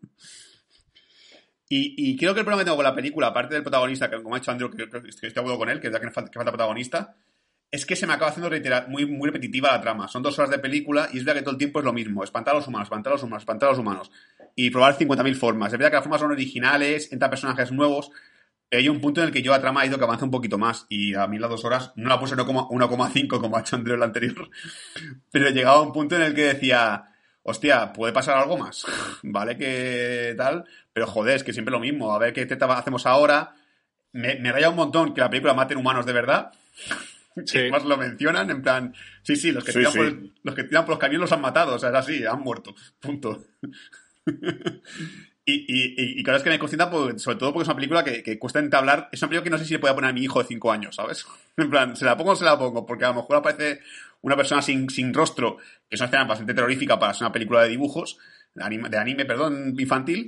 Y creo que el problema que tengo con la película, aparte del protagonista, que como ha dicho Andrew, que estoy de acuerdo con él, que es verdad que falta protagonista, es que se me acaba haciendo muy, muy repetitiva la trama. Son 2 horas de película y es verdad que todo el tiempo es lo mismo. Espantar a los humanos, espantar a los humanos, espantar a los humanos. Y probar 50.000 formas. Es verdad que las formas son originales, entran personajes nuevos, pero hay un punto en el que yo la trama ha ido que avance un poquito más. Y a mí las 2 horas no la puse 1,5 como ha hecho Andreu en la anterior. Pero llegaba a un punto en el que decía, hostia, ¿puede pasar algo más? Vale que tal, pero joder, es que siempre lo mismo. A ver qué teta hacemos ahora. Me raya un montón que la película maten humanos de verdad. Sí. Más lo mencionan, en plan, sí, los que tiran por los camiones los han matado, o sea, es así, han muerto, punto. y claro, es que me consienta, sobre todo porque es una película que cuesta entablar, es una película que no sé si le puedo poner a mi hijo de 5 años, ¿sabes? En plan, ¿se la pongo o se la pongo? Porque a lo mejor aparece una persona sin rostro, que es una escena bastante terrorífica para ser una película de dibujos, de anime, infantil.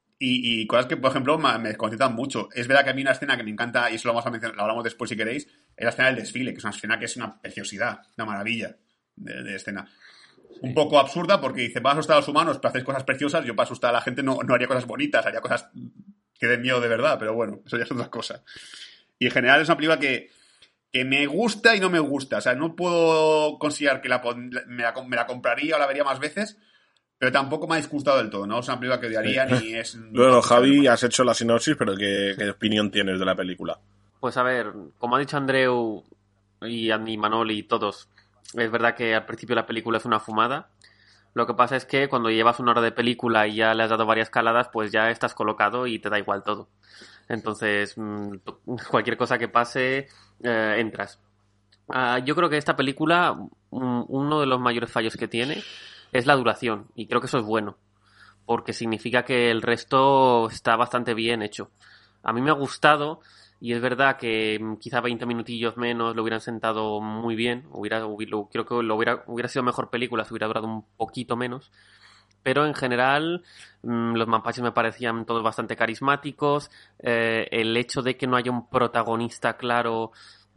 Y cosas que, por ejemplo, me desconcertan mucho. Es verdad que a mí una escena que me encanta, y eso lo vamos a mencionar, lo hablamos después si queréis, es la escena del desfile, que es una escena que es una preciosidad, una maravilla de escena. Sí. Un poco absurda porque dice, vas a asustar a los humanos, pero haces cosas preciosas, yo para asustar a la gente no haría cosas bonitas, haría cosas que den miedo de verdad, pero bueno, eso ya es otra cosa. Y en general es una película que me gusta y no me gusta. O sea, no puedo considerar que me la compraría o la vería más veces, pero tampoco me ha disgustado del todo, ¿no? Es una película que odiaría ni es... Bueno, Javi, has hecho la sinopsis, pero ¿qué opinión tienes de la película? Pues a ver, como ha dicho Andreu y Andy, Manol y todos, es verdad que al principio la película es una fumada. Lo que pasa es que cuando llevas 1 hora de película y ya le has dado varias caladas, pues ya estás colocado y te da igual todo. Entonces, cualquier cosa que pase, entras. Yo creo que esta película, uno de los mayores fallos que tiene es la duración, y creo que eso es bueno, porque significa que el resto está bastante bien hecho. A mí me ha gustado, y es verdad que quizá 20 minutillos menos lo hubieran sentado muy bien, creo que hubiera sido mejor película si hubiera durado un poquito menos, pero en general los mapaches me parecían todos bastante carismáticos. El hecho de que no haya un protagonista claro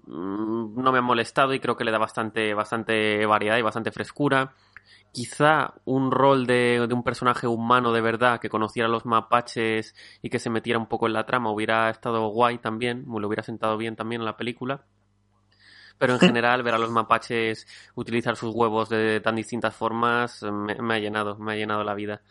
no me ha molestado y creo que le da bastante variedad y bastante frescura. Quizá un rol de un personaje humano de verdad que conociera a los mapaches y que se metiera un poco en la trama hubiera estado guay también, me lo hubiera sentado bien también en la película. Pero en general ver a los mapaches utilizar sus huevos de tan distintas formas me ha llenado la vida.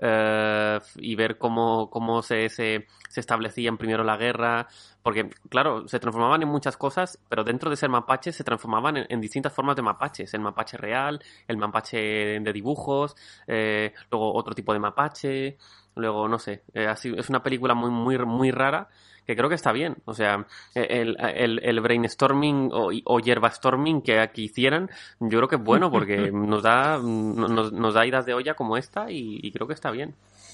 Y ver cómo se establecían primero la guerra, porque claro, se transformaban en muchas cosas, pero dentro de ser mapaches se transformaban en distintas formas de mapaches, el mapache real, el mapache de dibujos, luego otro tipo de mapache, luego no sé, es una película muy, muy, muy rara que creo que está bien, o sea, el brainstorming o hierbastorming que aquí hicieran, yo creo que es bueno porque nos da idas de olla como esta y creo que está bien.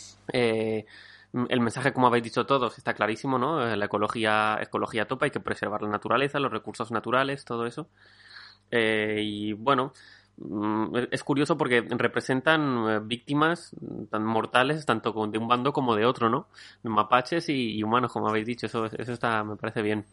El mensaje, como habéis dicho todos, está clarísimo, ¿no? La ecología topa, hay que preservar la naturaleza, los recursos naturales, todo eso. Y bueno, es curioso porque representan víctimas tan mortales tanto de un bando como de otro, ¿no? Mapaches y humanos, como habéis dicho. Eso está, me parece bien.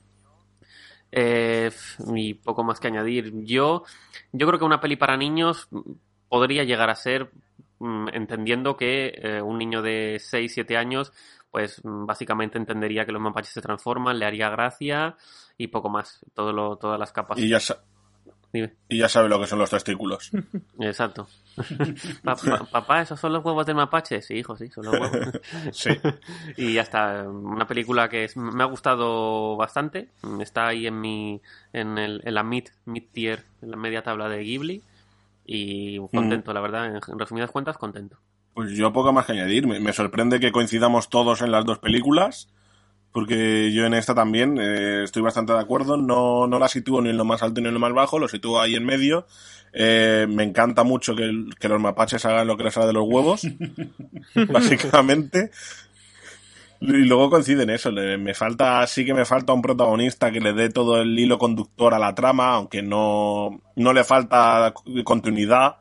Y poco más que añadir. Yo creo que una peli para niños podría llegar a ser, entendiendo que un niño de 6-7 años pues básicamente entendería que los mapaches se transforman, le haría gracia y poco más. Todas las capas. Y ya sabe lo que son los testículos. Exacto. Papá, ¿esos son los huevos del mapache? Sí, hijo, sí, son los huevos. Sí. Y ya está. Una película que me ha gustado bastante. Está ahí en la mid tier, en la media tabla de Ghibli. Y contento, la verdad. En resumidas cuentas, contento. Pues yo poco más que añadir. Me sorprende que coincidamos todos en las dos películas. Porque yo en esta también estoy bastante de acuerdo. No la sitúo ni en lo más alto ni en lo más bajo. Lo sitúo ahí en medio. Me encanta mucho que los mapaches hagan lo que les sale de los huevos. Básicamente. Y luego coinciden eso. Me falta un protagonista que le dé todo el hilo conductor a la trama. Aunque no le falta continuidad.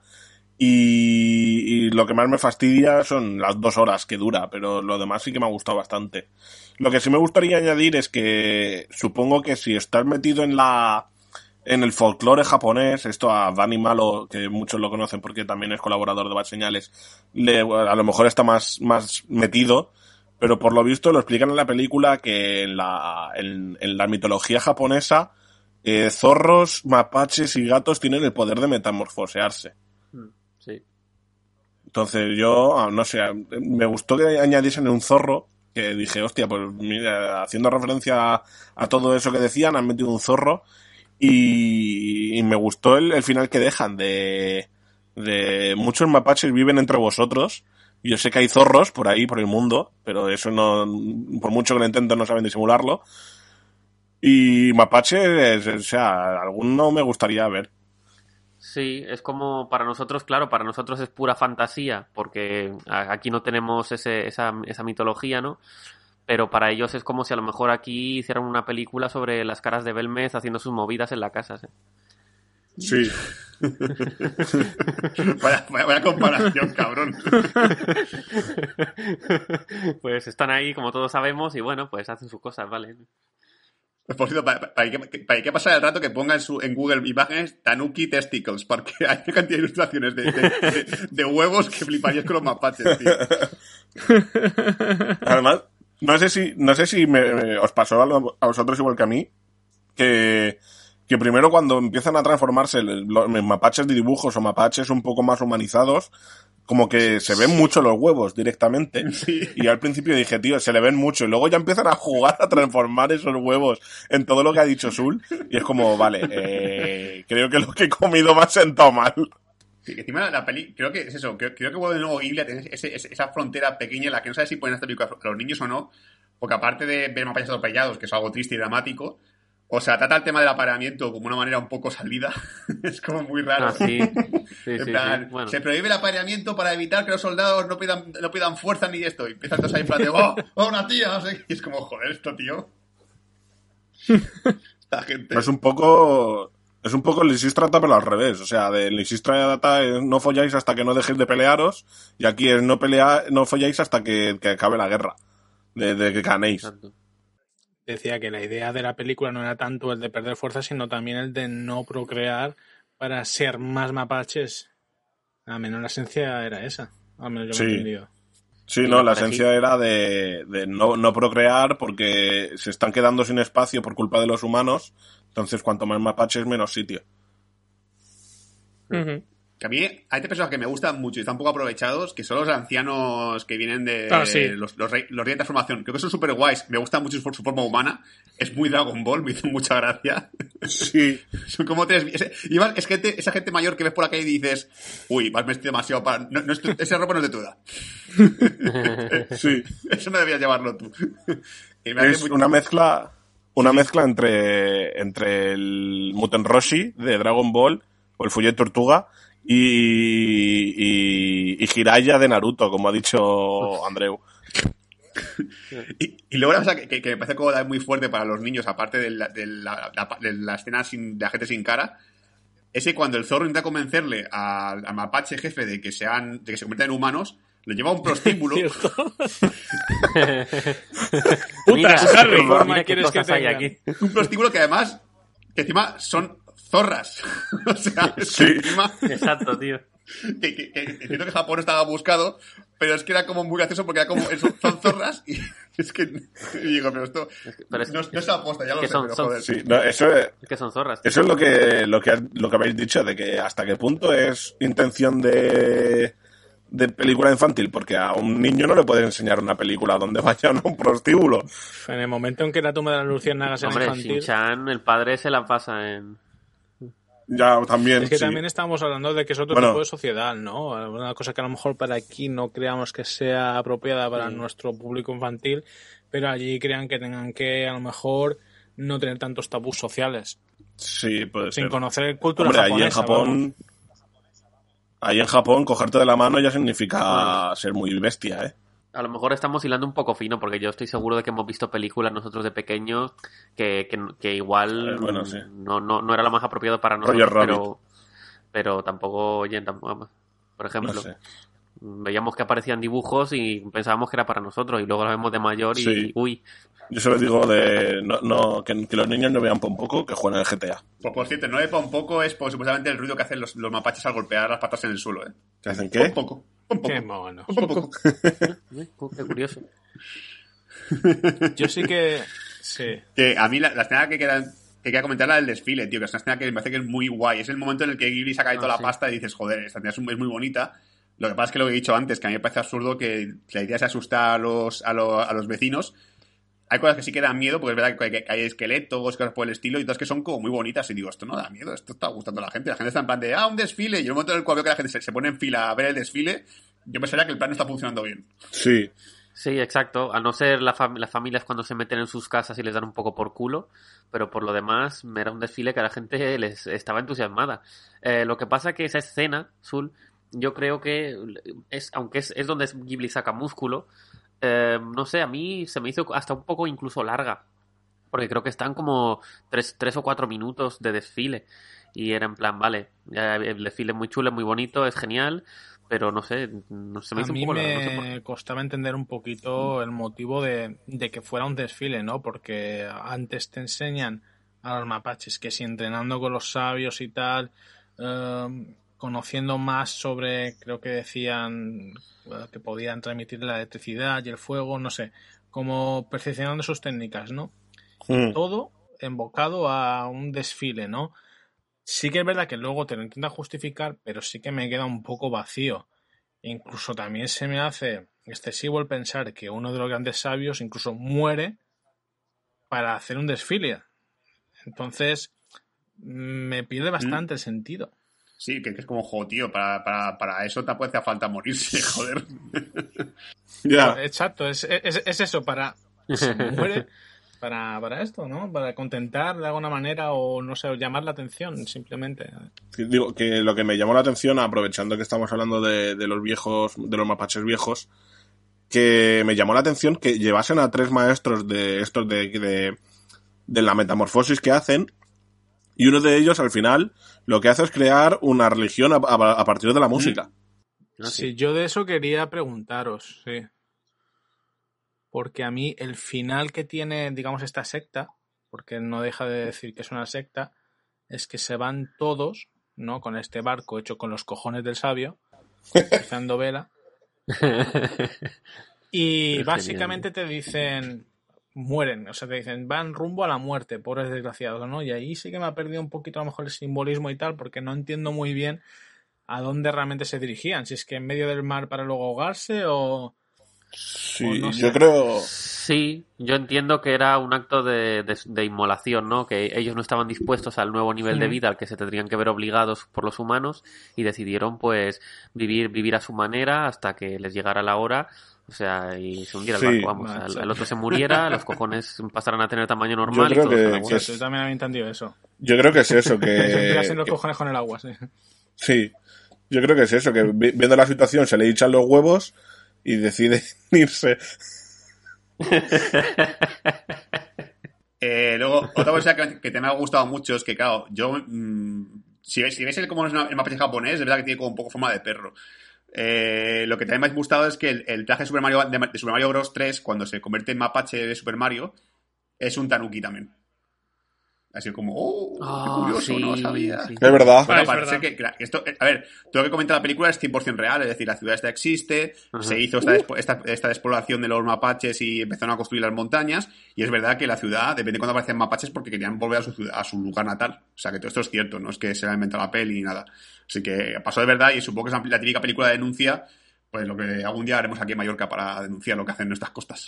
Y lo que más me fastidia son las 2 horas que dura, pero lo demás sí que me ha gustado bastante. Lo que sí me gustaría añadir es que supongo que si estás metido en el folclore japonés, esto a Dani Malo, que muchos lo conocen porque también es colaborador de Bad Señales, a lo mejor está más metido, pero por lo visto lo explican en la película que en la mitología japonesa, zorros, mapaches y gatos tienen el poder de metamorfosearse. Sí. Entonces yo, no sé, me gustó que añadiesen un zorro, que dije, hostia, pues mira, haciendo referencia a todo eso que decían, han metido un zorro y me gustó el final que dejan de muchos mapaches viven entre vosotros. Yo sé que hay zorros por ahí, por el mundo, pero eso no, por mucho que lo intenten, no saben disimularlo. Y mapaches, o sea, alguno me gustaría ver. Sí, es como para nosotros, claro, para nosotros es pura fantasía, porque aquí no tenemos esa mitología, ¿no? Pero para ellos es como si a lo mejor aquí hicieran una película sobre las caras de Belmez haciendo sus movidas en la casa, ¿sí? Sí. Vaya comparación, cabrón. Pues están ahí, como todos sabemos, y bueno, pues hacen sus cosas, ¿vale? Por cierto, para que pasar el rato que ponga en Google imágenes Tanuki Testicles, porque hay una cantidad de ilustraciones de huevos que fliparías con los mapaches, tío. Además, no sé si os pasó a vosotros igual que a mí, que primero cuando empiezan a transformarse los mapaches de dibujos o mapaches un poco más humanizados, como que se ven mucho los huevos directamente. Sí. Y al principio dije, tío, se le ven mucho. Y luego ya empiezan a jugar a transformar esos huevos en todo lo que ha dicho Sul. Y es como, vale, creo que lo que he comido me ha sentado mal. Sí, que encima la peli, creo que es eso, creo que vuelve de nuevo Ghibli a tener esa frontera pequeña en la que no sabes si ponen esta película a los niños o no, porque aparte de ver mapaches atropellados, que es algo triste y dramático, o sea, trata el tema del apareamiento como una manera un poco salida. Es como muy raro. Ah, sí. Sí, en plan, sí. Bueno. Se prohíbe el apareamiento para evitar que los soldados no pidan fuerza ni esto. Y empiezan todos ahí en plan de, ¡oh, una tía! No sé. Y es como, joder, esto, tío. Esta gente. Es un poco el Lysistrata, pero al revés. O sea, de Lysistrata es no folláis hasta que no dejéis de pelearos. Y aquí es no folláis hasta que acabe la guerra. De que ganéis. Exacto. Decía que la idea de la película no era tanto el de perder fuerza, sino también el de no procrear para ser más mapaches. Al menos la esencia era esa. Al menos yo me he entendido. Sí, no, la esencia era de no procrear porque se están quedando sin espacio por culpa de los humanos. Entonces, cuanto más mapaches, menos sitio. Uh-huh. Que a mí hay personas que me gustan mucho y están poco aprovechados, que son los ancianos que vienen de los reyes de transformación. Creo que son súper guays. Me gusta mucho su forma humana. Es muy Dragon Ball, me hizo mucha gracia. Sí. Son como es gente, esa gente mayor que ves por la calle y dices, uy, vas vestido demasiado para... esa ropa no es de tu edad. Sí. Eso no debías llevarlo tú. Es una mezcla entre el Muten Roshi de Dragon Ball o el Fuyet Tortuga y Jiraiya de Naruto, como ha dicho Andreu. Y luego una cosa que me parece como muy fuerte para los niños, aparte de la escena de la gente sin cara, es que cuando el zorro intenta convencerle al mapache jefe de que se conviertan en humanos, lo lleva a un prostíbulo. Mira, Harry, mira qué quieres que cosas hay tengan. aquí. Un prostíbulo que encima son zorras. O sea, Sí. encima Exacto, tío. que entiendo que Japón estaba buscado, pero es que era como muy gracioso porque era como son zorras y es que y digo, pero esto Pero es- no es aposta, ya lo que sé, son- pero son- joder. Sí, no, eso es Es que son zorras. tío. Eso es lo que habéis dicho, de que hasta qué punto es intención de película infantil, porque a un niño no le puedes enseñar una película donde vayan a un prostíbulo. En el momento en que la tumba de las luciérnagas era Hombre, infantil, Shin-Chan, el padre se la pasa en... Ya también, es que sí. también estamos hablando de que es otro Bueno. tipo de sociedad, ¿no? Una cosa que a lo mejor para aquí no creamos que sea apropiada para nuestro público infantil, pero allí crean que tengan que a lo mejor no tener tantos tabús sociales. Sí, puede Sin ser. conocer cultura Hombre, japonesa. vamos. ahí en Japón, cogerte de la mano ya significa ser muy bestia, ¿eh? A lo mejor estamos hilando un poco fino, porque yo estoy seguro de que hemos visto películas nosotros de pequeños que igual Bueno, sí. no era lo más apropiado para Roger nosotros, pero tampoco, oye, tampoco, por ejemplo, No sé. veíamos que aparecían dibujos y pensábamos que era para nosotros y luego lo vemos de mayor y, Sí. uy, Yo solo digo que los niños no vean poco que jueguen al GTA. Pues por cierto, no de poco es supuestamente el ruido que hacen los mapaches al golpear las patas en el suelo, ¿eh? ¿Qué hacen qué? Poco. Qué mono. qué curioso. Yo sí que... Sí. Que a mí la escena que quería comentar la del desfile, tío, que es una escena que me parece que es muy guay. Es el momento en el que Ghibli saca ahí toda la sí. pasta y dices, joder, esta escena es muy bonita. Lo que pasa es que lo que he dicho antes, que a mí me parece absurdo que la idea es asustar a los vecinos. Hay cosas que sí que dan miedo, porque es verdad que hay esqueletos, cosas por el estilo, y todas que son como muy bonitas. Y digo, esto no da miedo, esto está gustando a la gente. La gente está en plan de, un desfile. Y en el momento en el cual veo que la gente se pone en fila a ver el desfile, yo pensaría que el plan no está funcionando bien. Sí. Sí, exacto. A no ser las familias cuando se meten en sus casas y les dan un poco por culo, pero por lo demás era un desfile que a la gente les estaba entusiasmada. Lo que pasa que esa escena, Zul, yo creo que aunque es donde Ghibli saca músculo, no sé, a mí se me hizo hasta un poco incluso larga, porque creo que están como 3 o 4 minutos de desfile y era en plan, vale, el desfile es muy chulo, es muy bonito, es genial, pero no sé, se me A hizo un mí poco largo, no sé por qué. me costaba entender un poquito el motivo de que fuera un desfile, ¿no? Porque antes te enseñan a los mapaches que si entrenando con los sabios y tal, conociendo más sobre, creo que decían que podían transmitir la electricidad y el fuego, no sé, como perfeccionando sus técnicas, ¿no? Mm. Todo embocado a un desfile, ¿no? Sí que es verdad que luego te lo intentan justificar, pero sí que me queda un poco vacío. Incluso también se me hace excesivo el pensar que uno de los grandes sabios incluso muere para hacer un desfile. Entonces, me pierde bastante el sentido. Sí, que es como, jo, tío, para eso te puede hacer falta morirse, joder. Ya. Exacto, es eso, se muere para esto, ¿no? Para contentar de alguna manera o, no sé, llamar la atención, simplemente. Digo que lo que me llamó la atención, aprovechando que estamos hablando de los viejos, de los mapaches viejos, que me llamó la atención que llevasen a 3 maestros de estos de la metamorfosis que hacen, y uno de ellos al final lo que hace es crear una religión a partir de la música. ¿No? Sí, yo de eso quería preguntaros, sí. Porque a mí el final que tiene, digamos, esta secta, porque no deja de decir que es una secta, es que se van todos, ¿no? Con este barco hecho con los cojones del sabio, izando vela. Y Es básicamente te dicen, mueren, o sea, te dicen, van rumbo a la muerte, pobres desgraciados, ¿no? Y ahí sí que me ha perdido un poquito a lo mejor el simbolismo y tal, porque no entiendo muy bien a dónde realmente se dirigían, si es que en medio del mar para luego ahogarse o... Sí, no sé. yo creo... Sí, yo entiendo que era un acto de inmolación, ¿no? Que ellos no estaban dispuestos al nuevo nivel de vida al que se tendrían que ver obligados por los humanos y decidieron, pues, vivir a su manera hasta que les llegara la hora, o sea, y se hundiera el Sí, barco, vamos, macho. el otro se muriera, los cojones pasaran a tener tamaño normal Yo creo y todos que- al agua. que Yo también había entendido eso. Yo creo que es eso, Se hundirá sin que... los cojones con el agua, sí. Sí, yo creo que es eso, que viendo la situación se le echan los huevos y decide irse. Luego, otra cosa que te me ha gustado mucho es que, claro, yo Si ves como es el mapache japonés, es verdad que tiene como un poco forma de perro. Lo que también me ha gustado es que el traje de Super Mario Bros. 3, cuando se convierte en mapache de Super Mario, es un tanuki también. Así como, qué curioso, no sabía. Sí. Es verdad. Bueno, parece que esto, a ver, todo lo que comenta la película es 100% real, es decir, la ciudad esta existe, se hizo esta despoblación de los mapaches y empezaron a construir las montañas, y es verdad que la ciudad, depende de cuando aparecen mapaches, porque querían volver a su lugar natal. O sea, que todo esto es cierto, no es que se haya inventado la peli ni nada. Así que pasó de verdad, y supongo que es la típica película de denuncia, pues lo que algún día haremos aquí en Mallorca para denunciar lo que hacen en nuestras costas.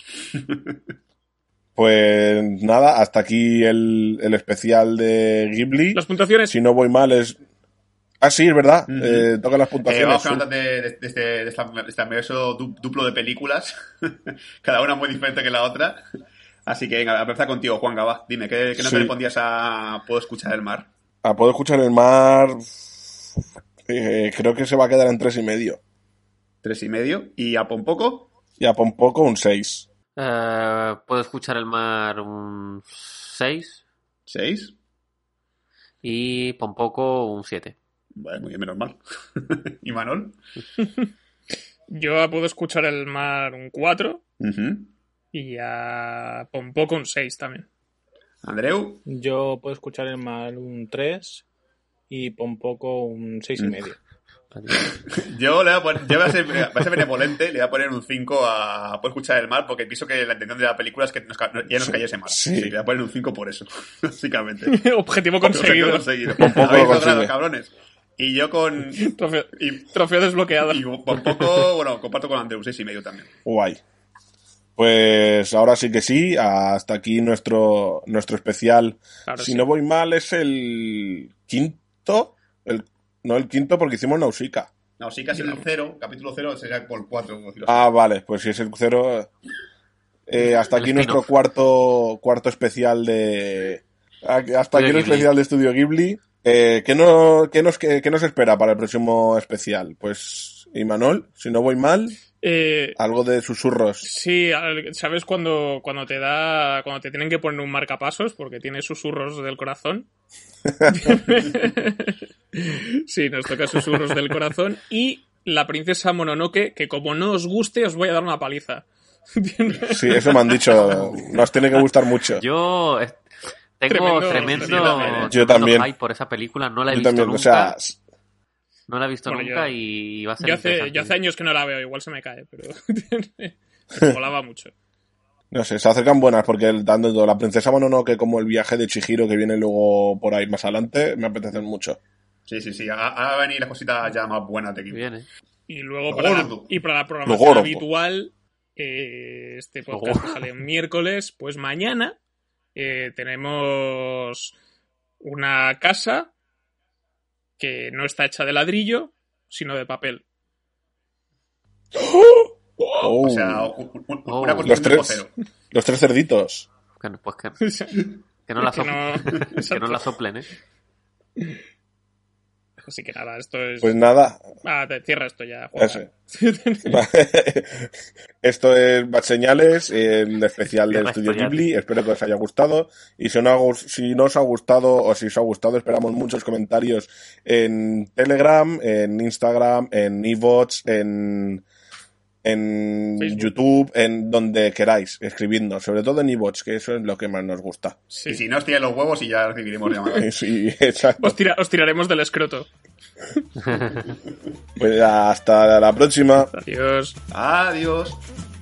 Pues nada, hasta aquí el especial de Ghibli. Las puntuaciones. Si no voy mal es... Ah, sí, es verdad. Toca las puntuaciones. Vamos a hablar de este universo duplo de películas. Cada una muy diferente que la otra. Así que venga, a empezar contigo, Juan Gabá. Dime, ¿qué no te respondías a Puedo escuchar el mar? A Puedo escuchar el mar... creo que se va a quedar en 3,5. 3,5. ¿Y a Pompoco? Y a Pompoco un 6. Puedo escuchar el mar un 6. 6. Y Pompoco un 7. Vale, muy bien, menos mal. ¿Y Manol? Yo puedo escuchar el mar un 4. Uh-huh. Y a Pompoco un 6 también. ¿Andreu? Yo puedo escuchar el mar un 3 y Pompoco un 6,5. Yo voy a ser benevolente, le voy a poner un 5 a Puedo escuchar el mar, porque pienso que la intención de la película es que ya nos cayese mal. Sí. Le voy a poner un 5 por eso, básicamente. Objetivo conseguido. Pompoco Habéis lo logrado, consigue. cabrones. Y yo con... Trofeo desbloqueado. Y un poco, bueno, comparto con Andreu, 6,5 también. Guay. Pues ahora sí que sí, hasta aquí nuestro especial. Claro, Si sí. no voy mal es el quinto, no el quinto porque hicimos Nausicaa. No, sí, casi el 0, capítulo 0 sería por 4. Ah, vale, pues si es el 0. Hasta aquí El nuestro spin-off. cuarto especial de... Hasta aquí el Ghibli. especial de Estudio Ghibli. ¿Qué nos espera para el próximo especial? Pues, Imanol, si no voy mal, algo de susurros. Sí, ¿sabes cuando te tienen que poner un marcapasos porque tiene susurros del corazón? Sí, nos toca susurros del corazón. Y la princesa Mononoke, que como no os guste, os voy a dar una paliza. Sí, eso me han dicho. Nos tiene que gustar mucho. Yo tengo tremendo Yo también. hype por esa película. No la he Yo visto también, nunca. o sea, No la he visto Bueno, nunca yo- y va a ser Yo interesante. hace años que no la veo, igual se me cae, pero me molaba mucho. no sé, se acercan buenas porque tanto la princesa Mononoke como el viaje de Chihiro que viene luego por ahí más adelante me apetecen mucho. Sí. Ahora va a venir las cositas ya más buenas de aquí. Bien, Y luego Lo para gordo. la Lo programación gordo. habitual, este podcast que sale un miércoles, pues mañana tenemos una casa que no está hecha de ladrillo, sino de papel. Oh, O sea, una los construcción tipo tres, cero. los tres cerditos. pues que no la Que soplen. no- Que no la soplen, Así que nada, esto es... Pues nada, cierra esto ya, Juan. eso. Esto es Bad Señales, el especial del Cierra Estudio esto ya. Ghibli. Espero que os haya gustado. Y si no os ha gustado o si os ha gustado, esperamos muchos comentarios en Telegram, en Instagram, en iVoox, en Facebook. YouTube, en donde queráis, escribidnos, sobre todo en iVoox, que eso es lo que más nos gusta. Sí. Y si no, os tiráis los huevos y ya recibiremos llamadas. Sí, exacto. Os tiraremos del escroto. Pues hasta la próxima. Adiós. Adiós.